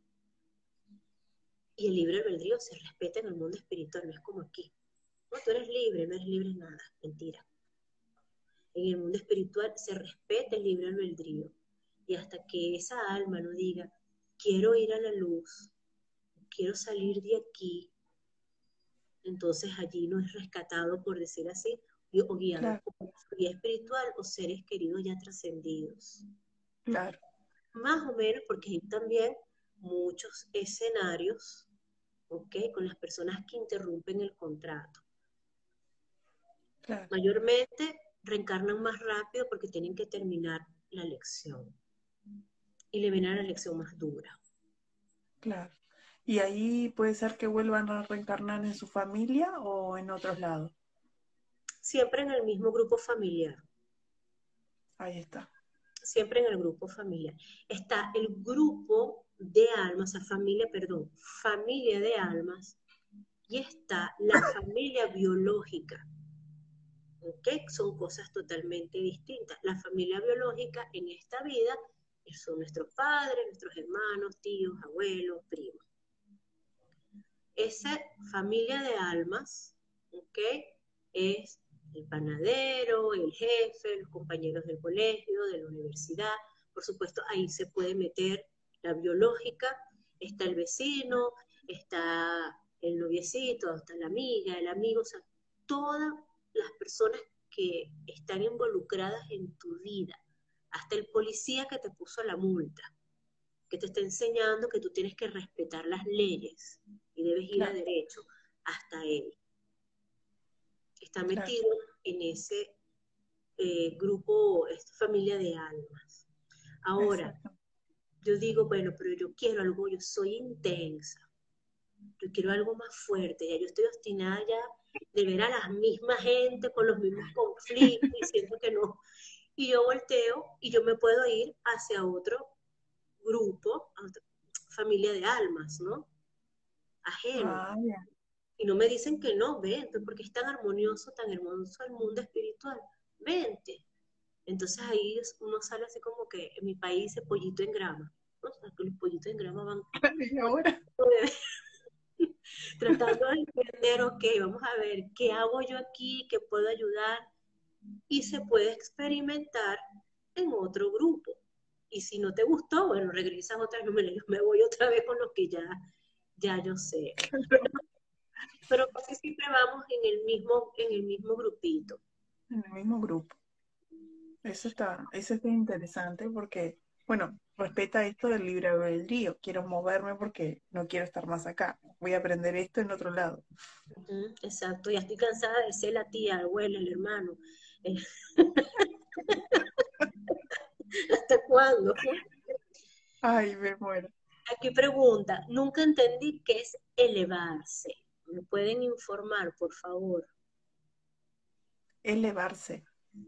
Y el libre albedrío se respeta en el mundo espiritual, no es como aquí. No, tú eres libre, no eres libre en nada, mentira. En el mundo espiritual se respeta el libre albedrío. Y hasta que esa alma no diga, quiero ir a la luz, quiero salir de aquí, entonces allí no es rescatado, por decir así, o guiado claro, por su guía espiritual o seres queridos ya trascendidos. claro, Más o menos, porque hay también muchos escenarios, ¿ok? Con las personas que interrumpen el contrato. claro, Mayormente reencarnan más rápido porque tienen que terminar la lección y le viene la lección más dura. claro. Y ahí puede ser que vuelvan a reencarnar en su familia o en otros lados. Siempre en el mismo grupo familiar, Ahí está. siempre en el grupo familiar. Está el grupo de almas, o sea, familia, perdón, familia de almas, y está la familia biológica. ¿Ok? Son cosas totalmente distintas. La familia biológica en esta vida son nuestros padres, nuestros hermanos, tíos, abuelos, primos. Esa familia de almas, ¿ok? Es el panadero, el jefe, los compañeros del colegio, de la universidad. Por supuesto, ahí se puede meter la biológica, está el vecino, está el noviecito, está la amiga, el amigo, o sea, todas las personas que están involucradas en tu vida, hasta el policía que te puso la multa, que te está enseñando que tú tienes que respetar las leyes y debes ir a Claro, derecho, hasta él está claro, metido en ese grupo, esta familia de almas. Ahora, exacto. yo digo, bueno, pero yo quiero algo, yo soy intensa, yo quiero algo más fuerte, ya yo estoy obstinada ya de ver a la misma gente con los mismos conflictos y siento que no. Y yo volteo y yo me puedo ir hacia otro grupo, a otra familia de almas, ¿no? Ajeno. Ah, bien. Y no me dicen que no, vente, porque es tan hermoso el mundo espiritual, vente. Entonces ahí uno sale así como que en mi país dice pollito en grama, ¿no? O sea, que los pollitos en grama van Y ahora, tratando de entender, ok, vamos a ver, ¿qué hago yo aquí? ¿Qué puedo ayudar? Y se puede experimentar en otro grupo. Y si no te gustó, bueno, regresas otra vez, me voy otra vez con lo que ya yo sé. Pero casi siempre vamos en el mismo grupito. en el mismo grupo. Eso está interesante porque, bueno, respeta esto del libre albedrío. Quiero moverme porque no quiero estar más acá. Voy a aprender esto en otro lado. Exacto, ya estoy cansada de ser la tía, la abuela, el hermano. Eh, ¿Hasta cuándo? Ay, me muero. Aquí pregunta, nunca entendí qué es elevarse. ¿Me pueden informar, por favor? Elevarse.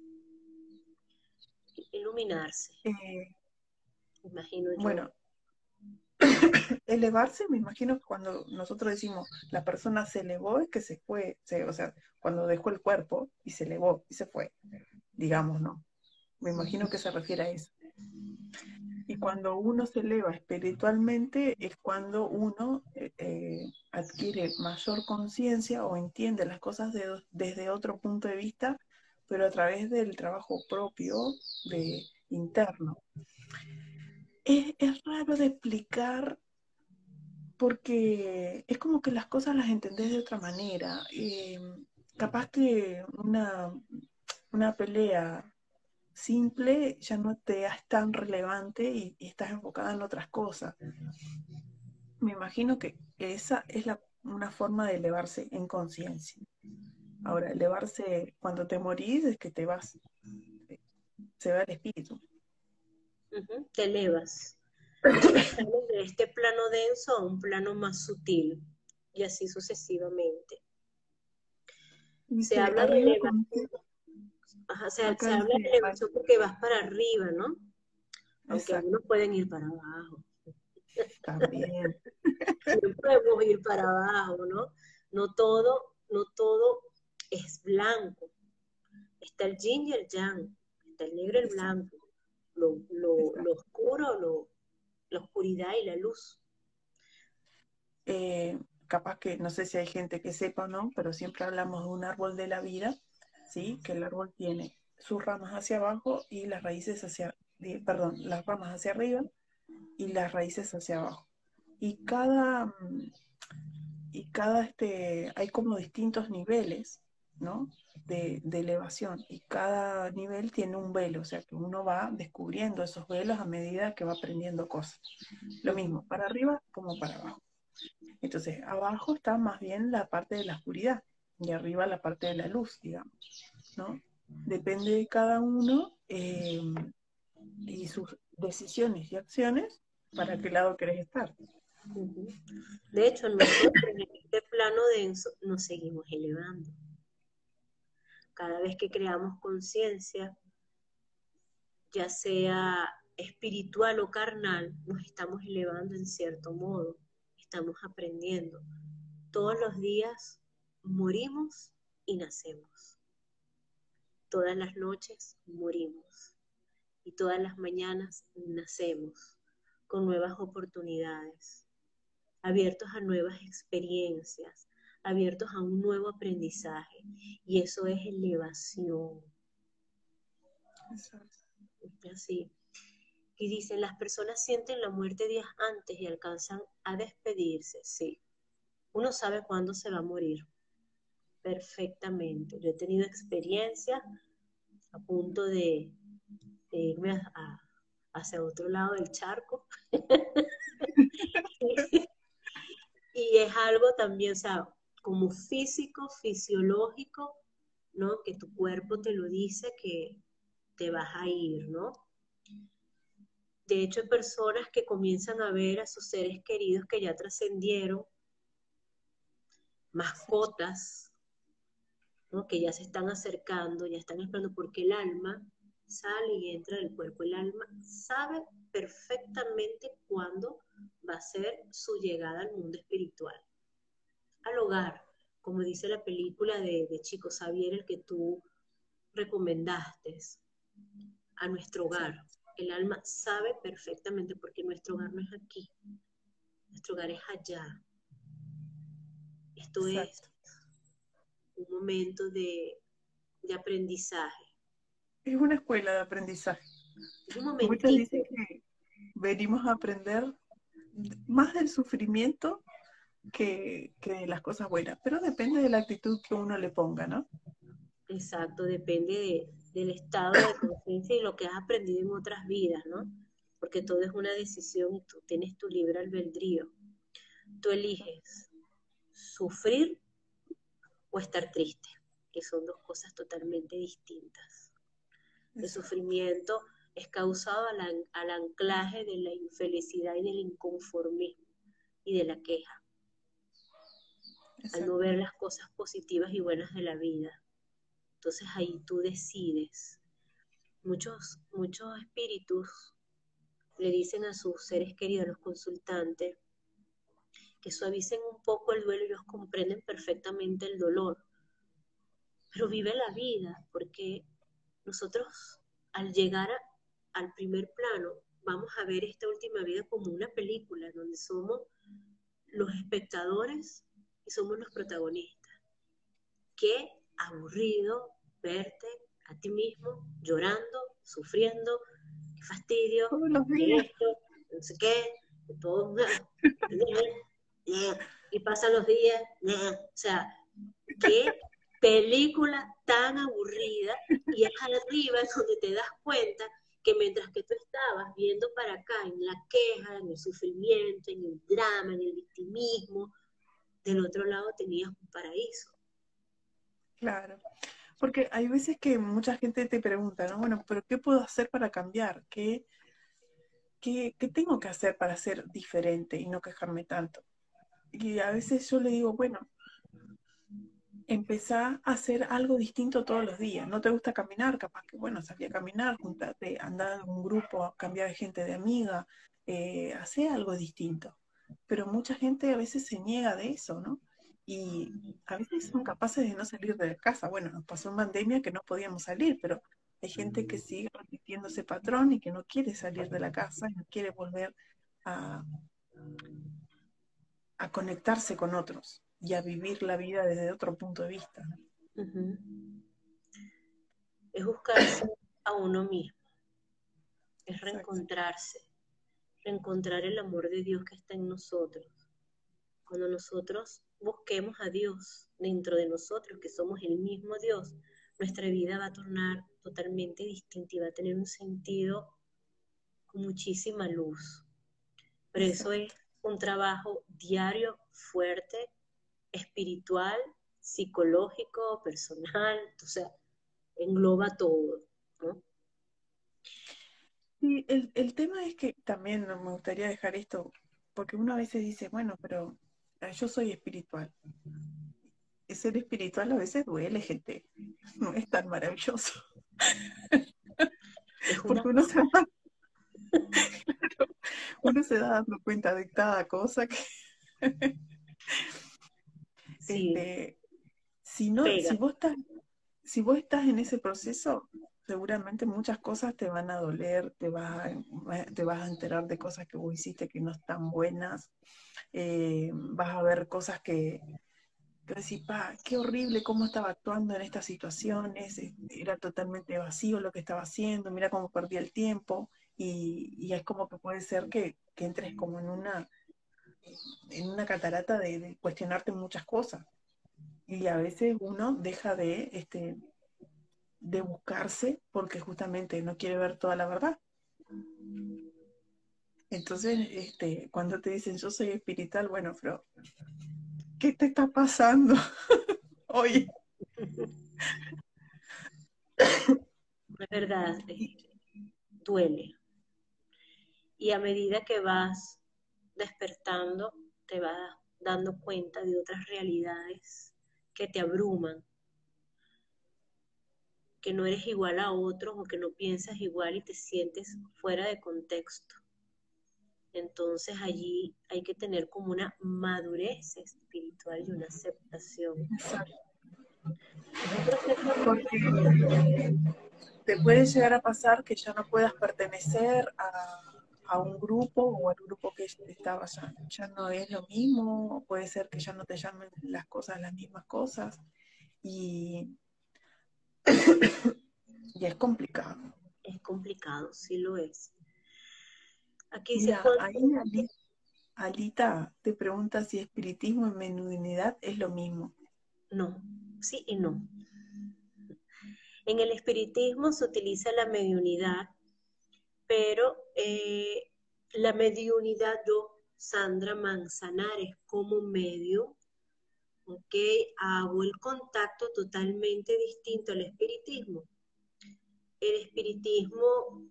Iluminarse, Eh, imagino yo. bueno, elevarse, me imagino que cuando nosotros decimos la persona se elevó, es que se fue, o sea, cuando dejó el cuerpo y se elevó y se fue, digamos, ¿no? Me imagino que se refiere a eso. Y cuando uno se eleva espiritualmente es cuando uno adquiere mayor conciencia o entiende las cosas desde otro punto de vista, pero a través del trabajo propio de interno. Es raro de explicar porque es como que las cosas las entendés de otra manera. Capaz que una pelea simple ya no te es tan relevante y estás enfocada en otras cosas. Me imagino que esa es una forma de elevarse en conciencia. Ahora, elevarse cuando te morís es que te vas. se va el espíritu. Te elevas. Sales de este plano denso a un plano más sutil, y así sucesivamente. Se Dice, habla de arriba elevación, acá se habla de dice, elevación porque vas para arriba, ¿no? Aunque exacto, algunos pueden ir para abajo. también, También podemos ir para abajo, ¿no? No todo es blanco. Está el yin y el yang, está el negro y el exacto, blanco, lo exacto. oscuro, la oscuridad y la luz. Capaz que, no sé si hay gente que sepa o no, pero siempre hablamos de un árbol de la vida, ¿sí? Que el árbol tiene sus ramas hacia abajo y las raíces perdón, las ramas hacia arriba y las raíces hacia abajo. Y hay como distintos niveles, ¿no? De elevación y cada nivel tiene un velo, o sea que uno va descubriendo esos velos a medida que va aprendiendo cosas. Lo mismo para arriba como para abajo. Entonces, abajo está más bien la parte de la oscuridad y arriba la parte de la luz, digamos, ¿no? Depende de cada uno y sus decisiones y acciones para qué lado querés estar. De hecho, nosotros en este plano denso nos seguimos elevando. Cada vez que creamos conciencia, ya sea espiritual o carnal, nos estamos elevando en cierto modo, estamos aprendiendo. Todos los días morimos y nacemos. Todas las noches morimos y todas las mañanas nacemos con nuevas oportunidades, abiertos a nuevas experiencias, abiertos a un nuevo aprendizaje. Y eso es elevación. Exacto. Así. Y dicen, las personas sienten la muerte días antes y alcanzan a despedirse. Sí, uno sabe cuándo se va a morir perfectamente. Yo he tenido experiencias a punto de irme hacia otro lado del charco. Y es algo también, o sea, como físico, fisiológico, ¿no? Que tu cuerpo te lo dice que te vas a ir, ¿no? De hecho, hay personas que comienzan a ver a sus seres queridos que ya trascendieron, mascotas, ¿no? Que ya se están acercando, ya están esperando, porque el alma sale y entra del cuerpo. El alma sabe perfectamente cuándo va a ser su llegada al mundo espiritual, al hogar, como dice la película de Chico Xavier, el que tú recomendaste, a nuestro hogar. Exacto. El alma sabe perfectamente porque nuestro hogar no es aquí, nuestro hogar es allá. Esto es Exacto. un momento de aprendizaje. Es una escuela de aprendizaje. Es un Muchos momentito. dicen que venimos a aprender más del sufrimiento que de las cosas buenas, pero depende de la actitud que uno le ponga, ¿no? Exacto, depende del estado de conciencia y lo que has aprendido en otras vidas, ¿no? Porque todo es una decisión y tú tienes tu libre albedrío. Tú eliges sufrir o estar triste, que son dos cosas totalmente distintas. El Exacto. sufrimiento es causado al anclaje de la infelicidad y del inconformismo y de la queja, al no Exacto. ver las cosas positivas y buenas de la vida. Entonces ahí tú decides. Muchos espíritus le dicen a sus seres queridos, a los consultantes, que suavicen un poco el duelo. Ellos comprenden perfectamente el dolor, pero vive la vida, porque nosotros al llegar al primer plano vamos a ver esta última vida como una película donde somos los espectadores y somos los protagonistas. Qué aburrido verte a ti mismo llorando, sufriendo, qué fastidio, Todos los que días. esto, no sé qué, que todo, y pasan los días, o sea, qué película tan aburrida. Y es arriba donde te das cuenta que mientras que tú estabas viendo para acá en la queja, en el sufrimiento, en el drama, en el victimismo, del otro lado tenías un paraíso. Claro. Porque hay veces que mucha gente te pregunta, ¿no? Bueno, pero ¿qué puedo hacer para cambiar? ¿Qué tengo que hacer para ser diferente y no quejarme tanto? Y a veces yo le digo, bueno, empezá a hacer algo distinto todos los días. ¿No te gusta caminar? Capaz que, bueno, salir a caminar, juntarte, andar en un grupo, cambiar de gente de amiga, hacer algo distinto. Pero mucha gente a veces se niega de eso, ¿no? Y a veces son capaces de no salir de casa. Bueno, nos pasó en pandemia que no podíamos salir, pero hay gente que sigue repitiendo ese patrón y que no quiere salir de la casa y no quiere volver a, a conectarse con otros y a vivir la vida desde otro punto de vista, ¿no? Ujú. Es buscarse a uno mismo, es Exacto. reencontrarse, reencontrar el amor de Dios que está en nosotros. Cuando nosotros busquemos a Dios dentro de nosotros, que somos el mismo Dios, nuestra vida va a tornar totalmente distinta y va a tener un sentido con muchísima luz. Pero eso es Exacto. un trabajo diario, fuerte, espiritual, psicológico, personal, o sea, engloba todo, ¿no? Sí, el tema es que también me gustaría dejar esto, porque uno a veces dice, bueno, pero yo soy espiritual. Y ser espiritual a veces duele, gente. No es tan maravilloso. Es una Porque uno se da dando cuenta de cada cosa que sí, este, si no, pega. si vos estás en ese proceso, seguramente muchas cosas te van a doler, te vas a enterar de cosas que vos hiciste que no están buenas, vas a ver cosas que decís, pa, qué horrible cómo estaba actuando en estas situaciones, era totalmente vacío lo que estaba haciendo, mira cómo perdía el tiempo, y es como que puede ser que entres como en una catarata de cuestionarte muchas cosas. Y a veces uno deja de buscarse porque justamente no quiere ver toda la verdad. Entonces, cuando te dicen yo soy espiritual, bueno, pero ¿qué te está pasando hoy? Es verdad, Y, duele. Y a medida que vas despertando, te vas dando cuenta de otras realidades que te abruman, que no eres igual a otros o que no piensas igual y te sientes fuera de contexto. Entonces allí hay que tener como una madurez espiritual y una aceptación. Es un proceso porque te puede llegar a pasar que ya no puedas pertenecer a un grupo o al grupo que estaba ya no es lo mismo, puede ser que ya no te llamen las cosas las mismas cosas y, y es complicado. es complicado, sí lo es. Aquí dice, Mira, ahí Alita te pregunta si espiritismo y mediunidad es lo mismo. no, sí y no. En el espiritismo se utiliza la mediunidad, pero la mediunidad Sandra Manzanares como medio, ¿ok? Hago el contacto totalmente distinto al espiritismo. El espiritismo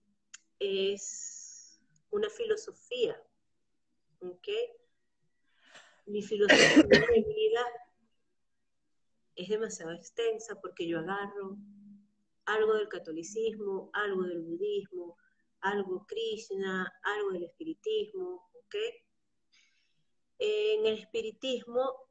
es una filosofía, ¿ok? Mi filosofía de vida es demasiado extensa porque yo agarro algo del catolicismo, algo del budismo, algo Krishna, algo del espiritismo, ¿ok? En el espiritismo,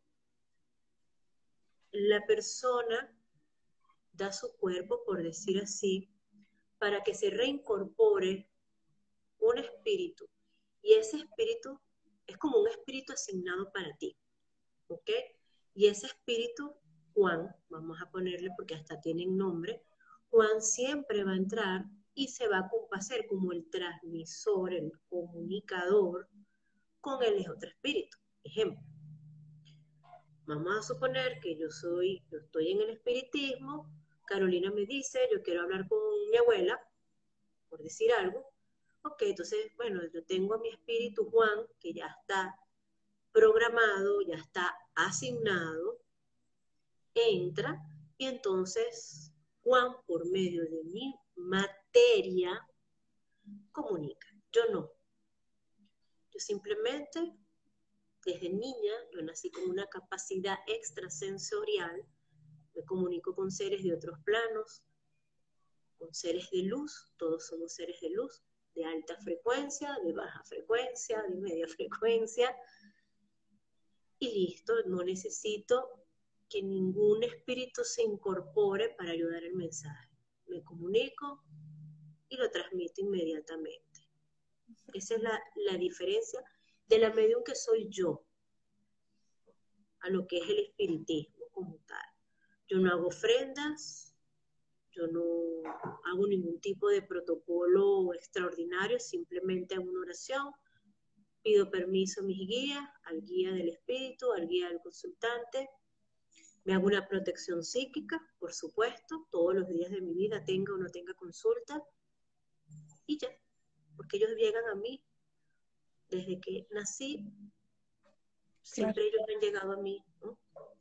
la persona da su cuerpo, por decir así, para que se reincorpore un espíritu. Y ese espíritu es como un espíritu asignado para ti, ¿ok? Y ese espíritu, Juan, vamos a ponerle porque hasta tienen nombre, Juan siempre va a entrar y se va a hacer como el transmisor, el comunicador con el otro espíritu. Ejemplo, vamos a suponer que yo estoy en el espiritismo, Carolina me dice, yo quiero hablar con mi abuela, por decir algo. Ok, entonces, bueno, yo tengo a mi espíritu Juan, que ya está programado, ya está asignado, entra Y entonces Juan, por medio de mi materia, comunica. Yo no. Yo simplemente, desde niña, yo nací con una capacidad extrasensorial, me comunico con seres de otros planos, con seres de luz, todos somos seres de luz, de alta frecuencia, de baja frecuencia, de media frecuencia, y listo, no necesito que ningún espíritu se incorpore para ayudar el mensaje. Me comunico y lo transmito inmediatamente. Esa es la diferencia de la medium que soy yo a lo que es el espiritismo como tal. Yo no hago ofrendas, yo no hago ningún tipo de protocolo extraordinario, simplemente hago una oración, pido permiso a mis guías, al guía del espíritu, al guía del consultante, me hago una protección psíquica, por supuesto, todos los días de mi vida, tenga o no tenga consulta, y ya, porque ellos llegan a mí desde que nací, siempre ellos han llegado a mí, ¿no?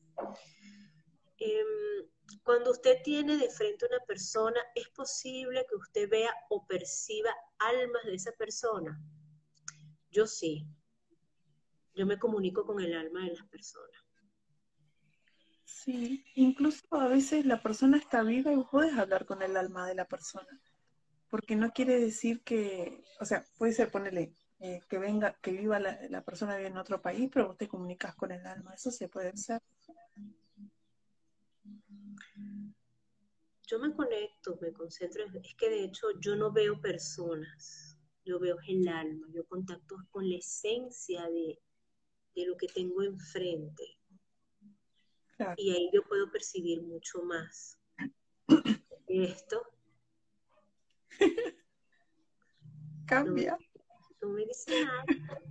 Cuando usted tiene de frente a una persona, ¿es posible que usted vea o perciba almas de esa persona? Yo sí. Yo me comunico con el alma de las personas. Sí, incluso a veces la persona está viva y vos podés hablar con el alma de la persona, porque no quiere decir que, o sea, puede ser, ponele, que viva la persona vive en otro país, pero vos te comunicas con el alma, eso se puede hacer. Yo me conecto, me concentro, es que de hecho yo no veo personas, yo veo el alma, yo contacto con la esencia de lo que tengo enfrente. Claro. Y ahí yo puedo percibir mucho más. Esto Cambia. no me dice nada.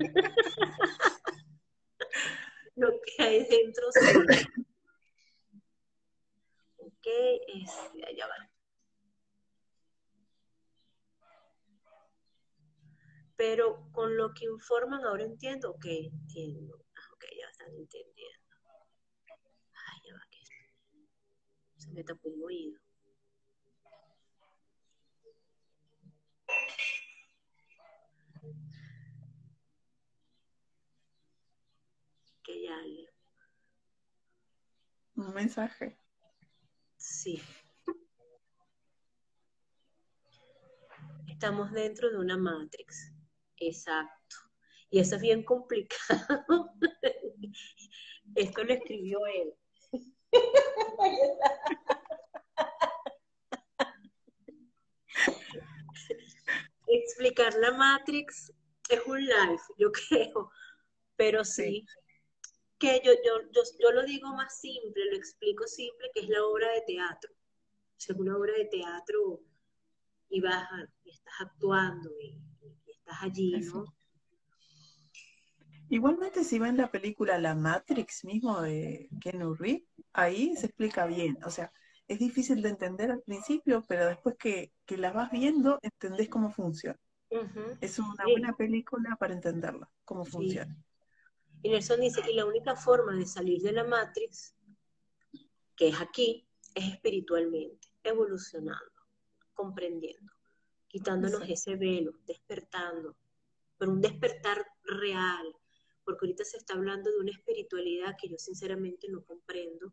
Lo que hay dentro sí. Ok, allá va. Pero con lo que informan ahora entiendo, ok, entiendo. Ok, ya están entendiendo. Ay, ya va, que se me tapó un oído. Que ya le... Un mensaje. Sí. Estamos dentro de una matrix. Exacto. Y eso es bien complicado. Esto lo escribió él. Explicar la Matrix es un live, yo creo, pero sí, que yo lo digo más simple, lo explico simple, que es la obra de teatro. O sea, es una obra de teatro y y estás actuando y estás allí, Eso. ¿no? Igualmente si ven la película La Matrix mismo de Keanu Reeves, ahí se explica bien, o sea, es difícil de entender al principio, pero después que la vas viendo, entendés cómo funciona. Uh-huh. Es una Sí, buena película para entenderla, cómo sí. funciona. Y Nelson dice, y la única forma de salir de la Matrix, que es aquí, es espiritualmente, evolucionando, comprendiendo, quitándonos Exacto. ese velo, despertando, pero un despertar real, porque ahorita se está hablando de una espiritualidad que yo sinceramente no comprendo,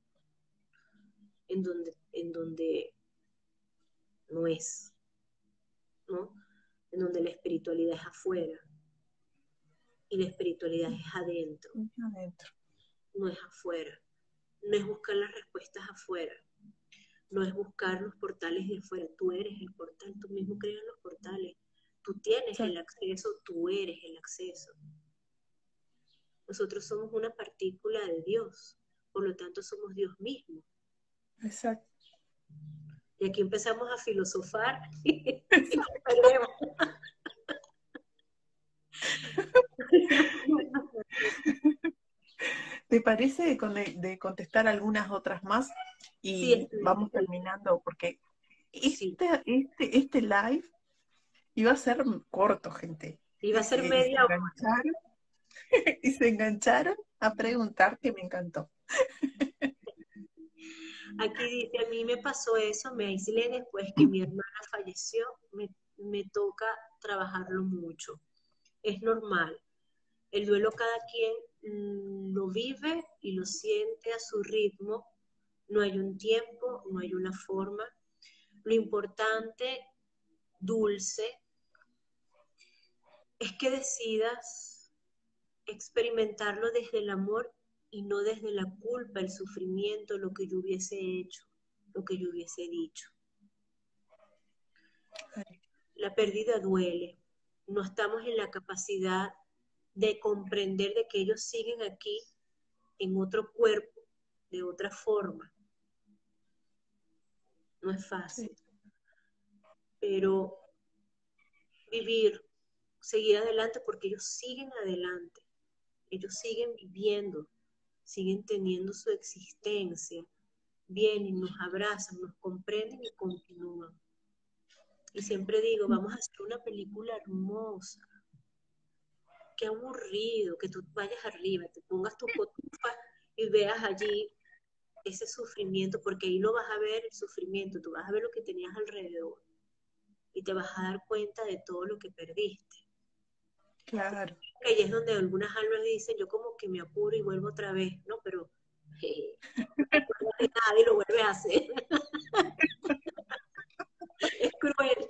en donde no es, ¿no? En donde la espiritualidad es afuera y la espiritualidad es adentro, Adentro. no es afuera, no es buscar las respuestas afuera, no es buscar los portales de afuera, tú eres el portal, tú mismo creas los portales, tú tienes el Exacto. acceso, tú eres el acceso. Nosotros somos una partícula de Dios, por lo tanto somos Dios mismo. Exacto. Y aquí empezamos a filosofar y nos perdemos. ¿Te parece de contestar algunas otras más? Sí, Y vamos terminando, porque sí. este live iba a ser corto, gente. Iba a ser media hora. Y se engancharon a preguntar, que me encantó. Aquí dice, a mí me pasó eso, me aislé después que mi hermana falleció, me toca trabajarlo mucho. Es normal. El duelo cada quien lo vive y lo siente a su ritmo. No hay un tiempo, no hay una forma. Lo importante, Dulce, es que decidas experimentarlo desde el amor y no desde la culpa, el sufrimiento, lo que yo hubiese hecho, lo que yo hubiese dicho. La pérdida duele. No estamos en la capacidad de comprender de que ellos siguen aquí en otro cuerpo, de otra forma. No es fácil. Sí. Pero vivir, seguir adelante porque ellos siguen adelante. Ellos siguen viviendo, siguen teniendo su existencia. Vienen, nos abrazan, nos comprenden y continúan. Y siempre digo, vamos a hacer una película hermosa. Qué aburrido que tú vayas arriba, te pongas tu cotufa y veas allí ese sufrimiento, porque ahí lo vas a ver el sufrimiento, tú vas a ver lo que tenías alrededor y te vas a dar cuenta de todo lo que perdiste. Claro. Y ahí es donde algunas almas dicen, yo como que me apuro y vuelvo otra vez, ¿no? Pero no te acuerdas de nada y lo vuelves a hacer. Es cruel.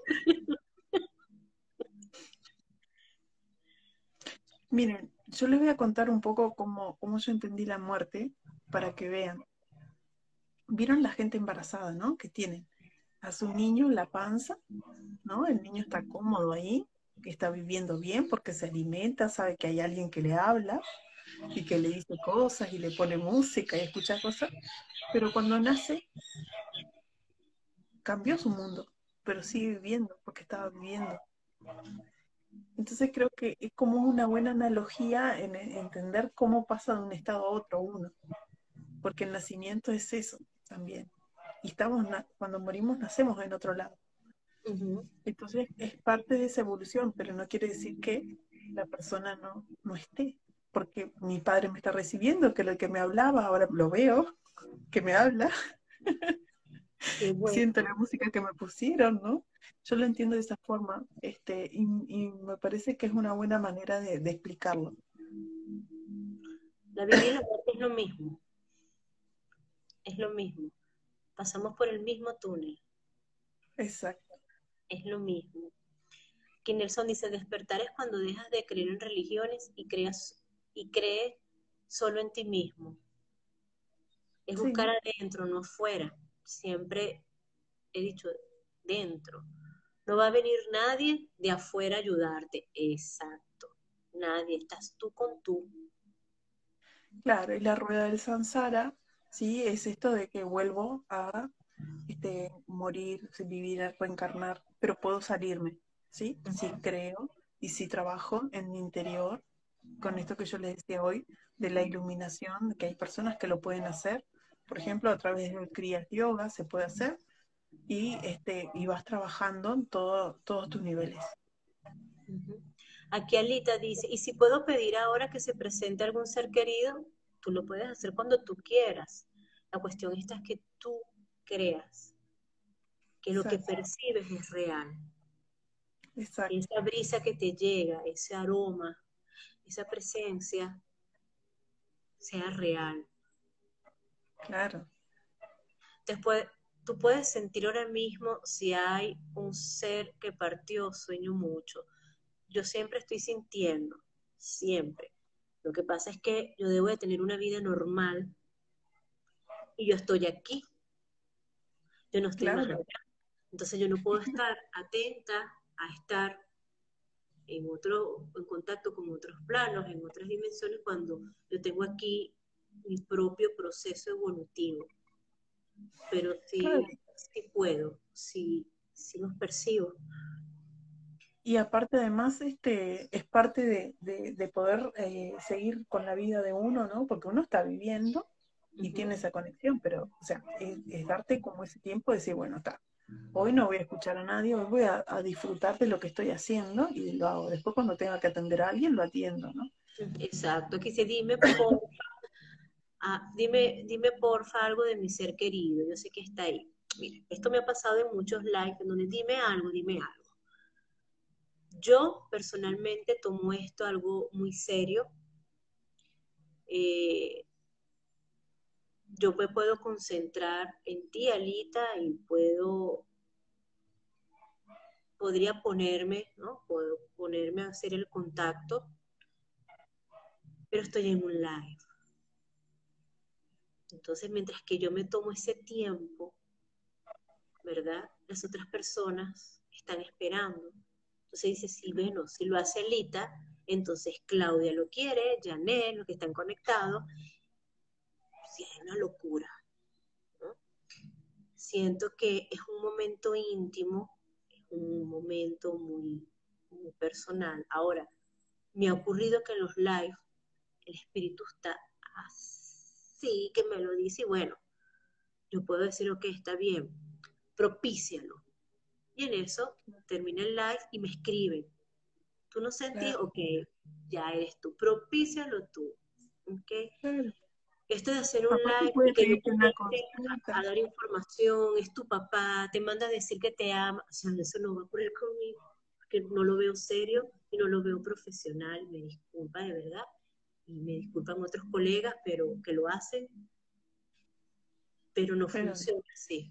Miren, yo les voy a contar un poco cómo yo entendí la muerte para que vean. ¿Vieron la gente embarazada, no? Que tienen a su niño en la panza, ¿no? El niño está cómodo ahí, que está viviendo bien porque se alimenta, sabe que hay alguien que le habla y que le dice cosas y le pone música y escucha cosas, pero cuando nace cambió su mundo, pero sigue viviendo porque estaba viviendo. Entonces creo que es como una buena analogía en entender cómo pasa de un estado a otro uno, porque el nacimiento es eso también. Y cuando morimos nacemos en otro lado. Uh-huh. Entonces es parte de esa evolución, pero no quiere decir que la persona no esté, porque mi padre me está recibiendo, que lo que me hablaba, ahora lo veo, que me habla, Qué bueno. siento la música que me pusieron, ¿no? Yo lo entiendo de esa forma, y me parece que es una buena manera de explicarlo. La vida y la muerte es lo mismo, es lo mismo. Pasamos por el mismo túnel, Exacto. es lo mismo. Que Nelson dice, despertar es cuando dejas de creer en religiones y crees solo en ti mismo. Es buscar Sí, adentro, no afuera. Siempre he dicho dentro. No va a venir nadie de afuera a ayudarte. Exacto. Nadie. Estás tú con tú. claro, y la rueda del samsara, sí, es esto de que vuelvo a morir, vivir, a reencarnar, pero puedo salirme, ¿sí? Sí creo y sí trabajo en mi interior con esto que yo les decía hoy, de la iluminación, que hay personas que lo pueden hacer, por ejemplo, a través del Kriyas Yoga se puede hacer, y vas trabajando en todos tus niveles. Uh-huh. Aquí Alita dice, y si puedo pedir ahora que se presente algún ser querido, tú lo puedes hacer cuando tú quieras. La cuestión está es que tú creas que lo que Exacto, percibes es real. Que exacto, esa brisa que te llega, ese aroma, esa presencia, sea real. claro, Después, tú puedes sentir ahora mismo si hay un ser que partió, sueño mucho. Yo siempre estoy sintiendo, siempre. Lo que pasa es que yo debo de tener una vida normal y yo estoy aquí, yo no estoy más claro, allá. Entonces yo no puedo estar atenta a estar en contacto con otros planos, en otras dimensiones, cuando yo tengo aquí mi propio proceso evolutivo. Pero claro. sí puedo, sí los percibo. Y aparte además, es parte de poder seguir con la vida de uno, ¿no? Porque uno está viviendo y Uh-huh. tiene esa conexión, pero, o sea, es darte como ese tiempo de decir, bueno, está, hoy no voy a escuchar a nadie, hoy voy a disfrutar de lo que estoy haciendo y lo hago. Después cuando tenga que atender a alguien, lo atiendo, ¿no? Exacto, aquí se dime por dime porfa algo de mi ser querido, yo sé que está ahí. Mira, esto me ha pasado en muchos lives en donde dime algo, dime algo. Yo personalmente tomo esto algo muy serio. Eh, yo me puedo concentrar en ti, Alita, y podría ponerme, ¿no? Puedo ponerme a hacer el contacto, pero estoy en un live. Entonces, mientras que yo me tomo ese tiempo, ¿verdad? Las otras personas están esperando. Entonces dice, sí, bueno, si lo hace Alita, entonces Claudia lo quiere, Janet, los que están conectados. Sí, es una locura, ¿no? Siento que es un momento íntimo, es un momento muy, muy personal. Ahora, me ha ocurrido que en los live el espíritu está así, que me lo dice, y bueno, yo puedo decir, ok, está bien, propícialo. Y en eso termina el live y me escriben. ¿Tú no sentís? Claro, Ok, ya eres tú, propícialo tú. ¿Ok? claro. Esto de hacer un Papá te live y puede que no pedirte una comience consulta. a dar información, es tu papá, te manda a decir que te ama, o sea, eso no va a ocurrir conmigo, porque no lo veo serio y no lo veo profesional, me disculpa de verdad, y me disculpan otros colegas, pero que lo hacen, pero no Pero, funciona así.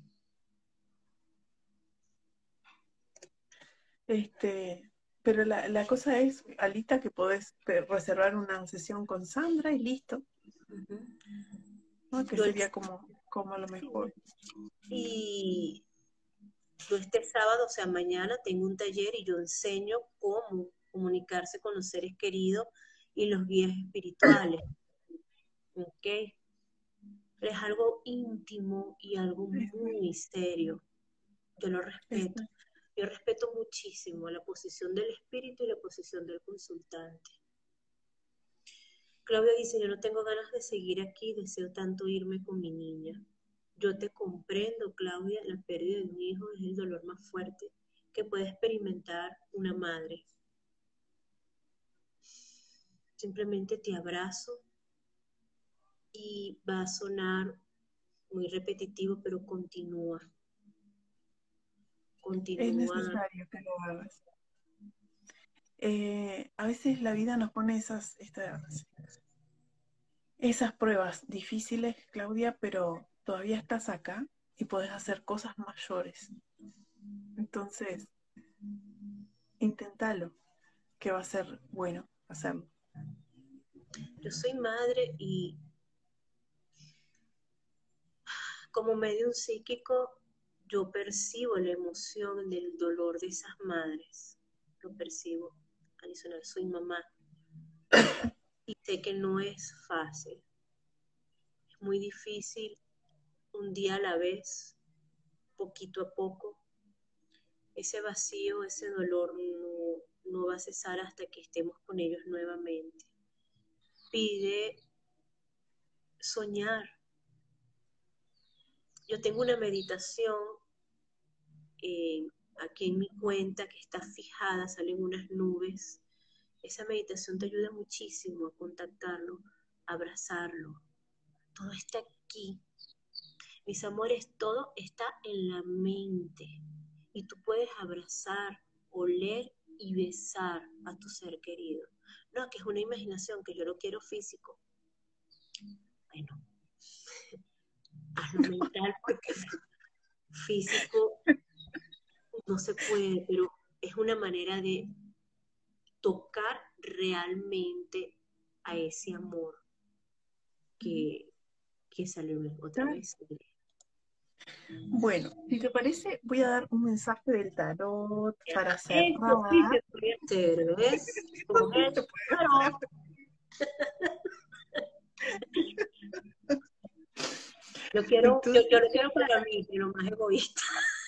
este, pero la cosa es, Alita, que podés reservar una sesión con Sandra y listo, Ujú. ¿no? Que Yo sería como lo mejor. y yo este sábado, o sea, mañana tengo un taller y yo enseño cómo comunicarse con los seres queridos y los guías espirituales, ¿ok? Pero es algo íntimo y algo muy serio. Yo lo respeto. Está- Yo respeto muchísimo la posición del espíritu y la posición del consultante. Claudia dice, yo no tengo ganas de seguir aquí, deseo tanto irme con mi niña. Yo te comprendo, Claudia, la pérdida de un hijo es el dolor más fuerte que puede experimentar una madre. Simplemente te abrazo y va a sonar muy repetitivo, pero continúa, es continúa. necesario que lo hagas. A veces la vida nos pone esas pruebas difíciles, Claudia, pero todavía estás acá y podés hacer cosas mayores. Entonces, inténtalo, que va a ser bueno hacerlo. Yo soy madre y como medium psíquico yo percibo la emoción del dolor de esas madres. Lo percibo. Adicional, soy mamá y sé que no es fácil. Es muy difícil un día a la vez, poquito a poco. Ese vacío, ese dolor no va a cesar hasta que estemos con ellos nuevamente. Pide soñar. Yo tengo una meditación aquí en mi cuenta que está fijada, salen unas nubes. Esa meditación te ayuda muchísimo a contactarlo, a abrazarlo. Todo está aquí. Mis amores, todo está en la mente. Y tú puedes abrazar, oler y besar a tu ser querido. No, que es una imaginación, que yo lo quiero físico. Bueno, hazlo mental porque físico no se puede, pero es una manera de tocar realmente a ese amor que, que salió otra vez. Bueno, si te parece, voy a dar un mensaje del tarot para Esto sí cerrar. se puede hacer, ¿ves? Como Sí, ves, se puede claro. hacer. Yo Entonces, lo quiero para mí, que lo más egoísta.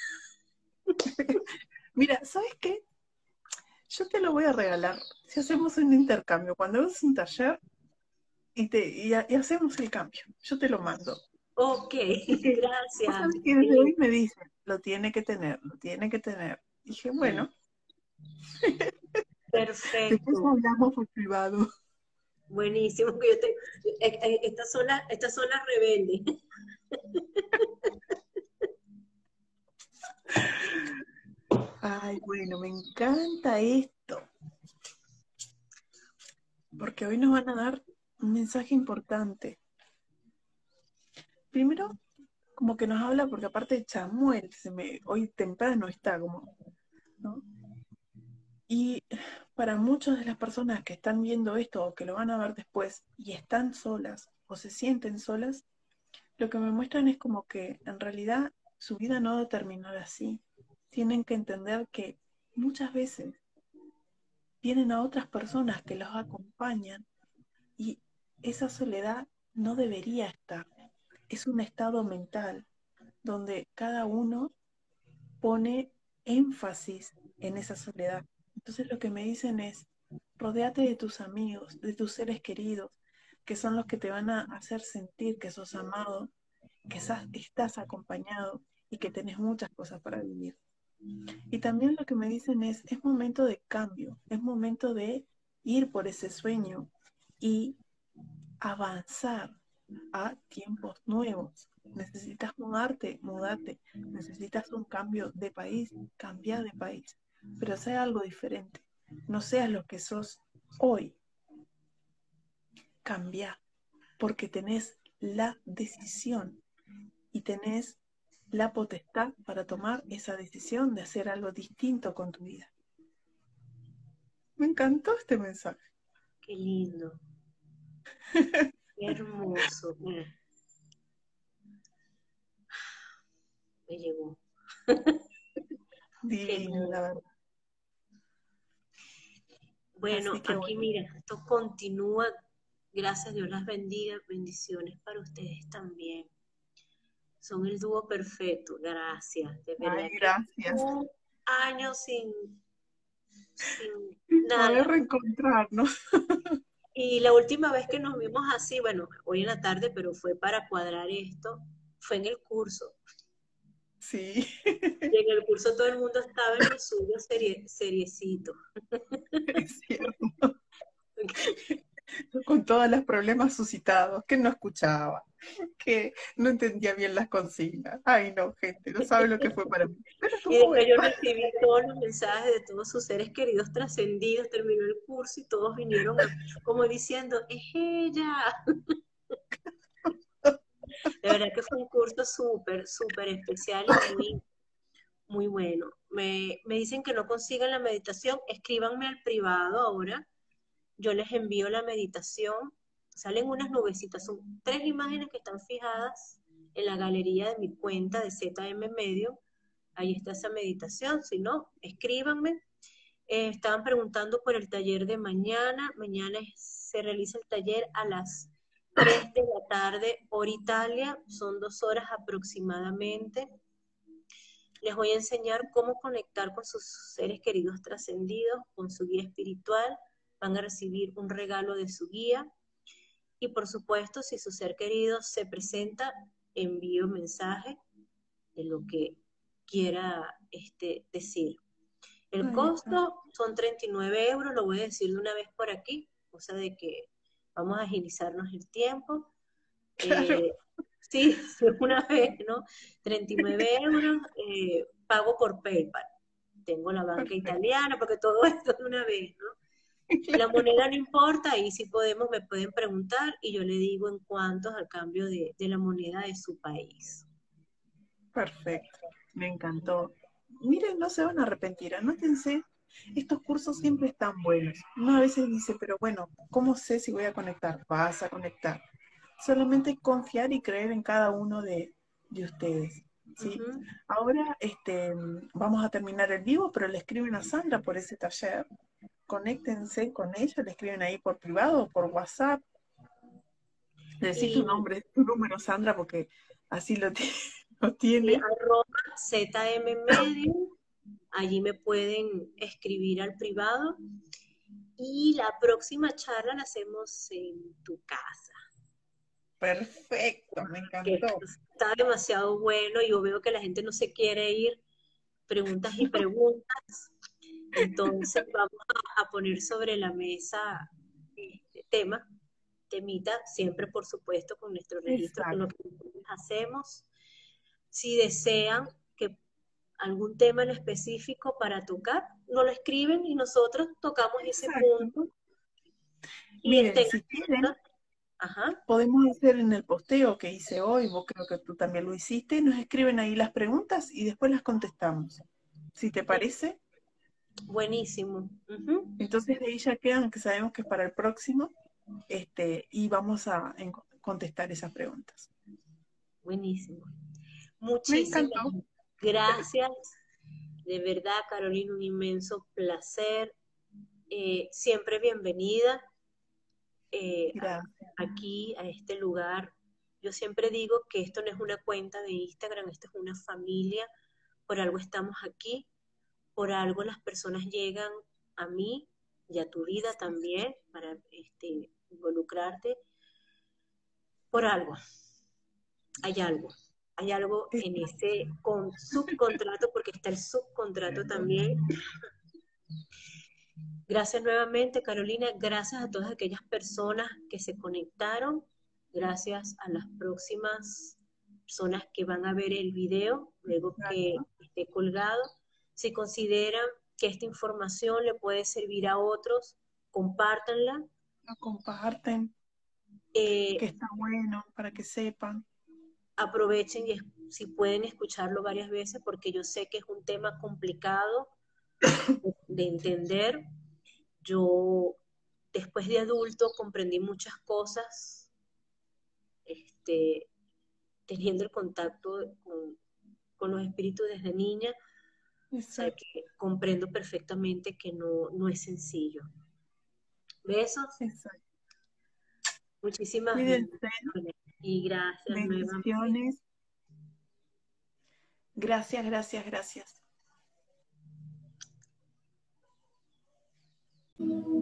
mira, ¿sabes qué? Yo te lo voy a regalar. Si hacemos un intercambio, cuando hagas un taller y hacemos el cambio, yo te lo mando. Ok, Porque vos gracias. sabés que desde Sí, hoy me dicen, lo tiene que tener, lo tiene que tener. Dije, bueno, después perfecto. hablamos por privado. Buenísimo, que yo tengo, estas son las rebeldes. Ay, bueno, me encanta esto, porque hoy nos van a dar un mensaje importante. Primero, como que nos habla, porque aparte de Chamuel, hoy temprano está como, ¿no? Y para muchas de las personas que están viendo esto o que lo van a ver después y están solas o se sienten solas, lo que me muestran es como que en realidad su vida no va a terminar así. Tienen que entender que muchas veces tienen a otras personas que los acompañan y esa soledad no debería estar. Es un estado mental donde cada uno pone énfasis en esa soledad. Entonces lo que me dicen es, rodéate de tus amigos, de tus seres queridos, que son los que te van a hacer sentir que sos amado, que estás acompañado y que tenés muchas cosas para vivir. Y también lo que me dicen es momento de cambio, es momento de ir por ese sueño y avanzar a tiempos nuevos. Necesitas mudarte, mudate. Necesitas un cambio de país, cambia de país. Pero sea algo diferente. No seas lo que sos hoy. Cambia, porque tenés la decisión y tenés la potestad para tomar esa decisión de hacer algo distinto con tu vida. Me encantó este mensaje. Qué lindo, qué hermoso. Mira, me llegó. Qué Divino, lindo. la verdad. Así Bueno, que aquí bueno, mira, esto continúa. Gracias, Dios las bendiga. Bendiciones para ustedes también. Son el dúo perfecto. Gracias. De ay, verdad que gracias. un año sin Sin poder nada. reencontrarnos. Y la última vez que nos vimos así, bueno, hoy en la tarde, pero fue para cuadrar esto, fue en el curso. Sí, Y en el curso todo el mundo estaba en lo suyo seriecito. es cierto. Con todos los problemas suscitados, que no escuchaba, que no entendía bien las consignas. Ay, no, gente, no sabe lo que fue para mí. Pero Y estuvo después bueno. yo recibí todos los mensajes de todos sus seres queridos trascendidos, terminó el curso y todos vinieron como diciendo, es ella. De verdad que fue un curso súper especial y muy bueno. Me dicen que no consigan la meditación, escríbanme al privado ahora, yo les envío la meditación, salen unas nubecitas, son 3 imágenes que están fijadas en la galería de mi cuenta de ZM Medio, ahí está esa meditación, si no, escríbanme. Estaban preguntando por el taller de mañana, se realiza el taller a las 3 de la tarde, hora Italia, son 2 horas aproximadamente. Les voy a enseñar cómo conectar con sus seres queridos trascendidos, con su guía espiritual. Van a recibir un regalo de su guía. Y por supuesto, si su ser querido se presenta, envío un mensaje de lo que quiera decir. El Ahí está. costo son 39 euros, lo voy a decir de una vez por aquí, cosa de que vamos a agilizarnos el tiempo. Claro. Sí, una vez, ¿no? 39 euros, pago por PayPal. Tengo la banca Perfecto. italiana, porque todo esto de una vez, ¿no? La Claro. moneda no importa, ahí sí podemos, me pueden preguntar y yo le digo en cuánto es al cambio de la moneda de su país. Perfecto. Me encantó. Miren, no se van a arrepentir. Anótense. Estos cursos siempre están buenos. Uno a veces dice, pero bueno, ¿cómo sé si voy a conectar? Vas a conectar. Solamente confiar y creer en cada uno de ustedes. ¿Sí? Ujú. Ahora vamos a terminar el vivo, pero le escriben a Sandra por ese taller. Conéctense con ella, le escriben ahí por privado o por WhatsApp. Decí tu Y nombre, tu número, Sandra, porque así lo sí, tiene. @ ZM Medio, allí me pueden escribir al privado y la próxima charla la hacemos en tu casa, Perfecto, me que encantó. está demasiado bueno. Yo veo que la gente no se quiere ir, preguntas y preguntas, entonces vamos a poner sobre la mesa este tema. temita, siempre por supuesto con nuestro registro, con lo Exacto. que hacemos. Si desean que algún tema en específico para tocar, nos lo escriben y nosotros tocamos ese Exacto. punto y Miren, estén si quieren, atentas. Ajá, podemos hacer en el posteo que hice hoy, vos creo que tú también lo hiciste, nos escriben ahí las preguntas y después las contestamos. Si te parece, buenísimo. Ujú. entonces de ahí ya quedan, que sabemos que es para el próximo, y vamos a contestar esas preguntas. Buenísimo. Me Muchísimas encantó. gracias. De verdad, Carolina, un inmenso placer. Siempre bienvenida Gracias. aquí, a este lugar. Yo siempre digo que esto no es una cuenta de Instagram, esto es una familia. Por algo estamos aquí, por algo las personas llegan a mí y a tu vida también para involucrarte. Por algo, hay algo. Hay algo Es- en ese subcontrato, porque está el subcontrato también. Gracias nuevamente, Carolina. Gracias a todas aquellas personas que se conectaron. Gracias a las próximas personas que van a ver el video luego que Exacto. esté colgado. Si consideran que esta información le puede servir a otros, compártanla. Lo comparten, Eh, que está bueno para que sepan. Aprovechen y si pueden escucharlo varias veces porque yo sé que es un tema complicado de entender. Yo después de adulto comprendí muchas cosas, este, teniendo el contacto con los espíritus desde niña, o sea Exacto. que comprendo perfectamente que no es sencillo. Besos, Exacto. muchísimas Cuídense, bendiciones y gracias nuevamente. bendiciones. Gracias, gracias, gracias.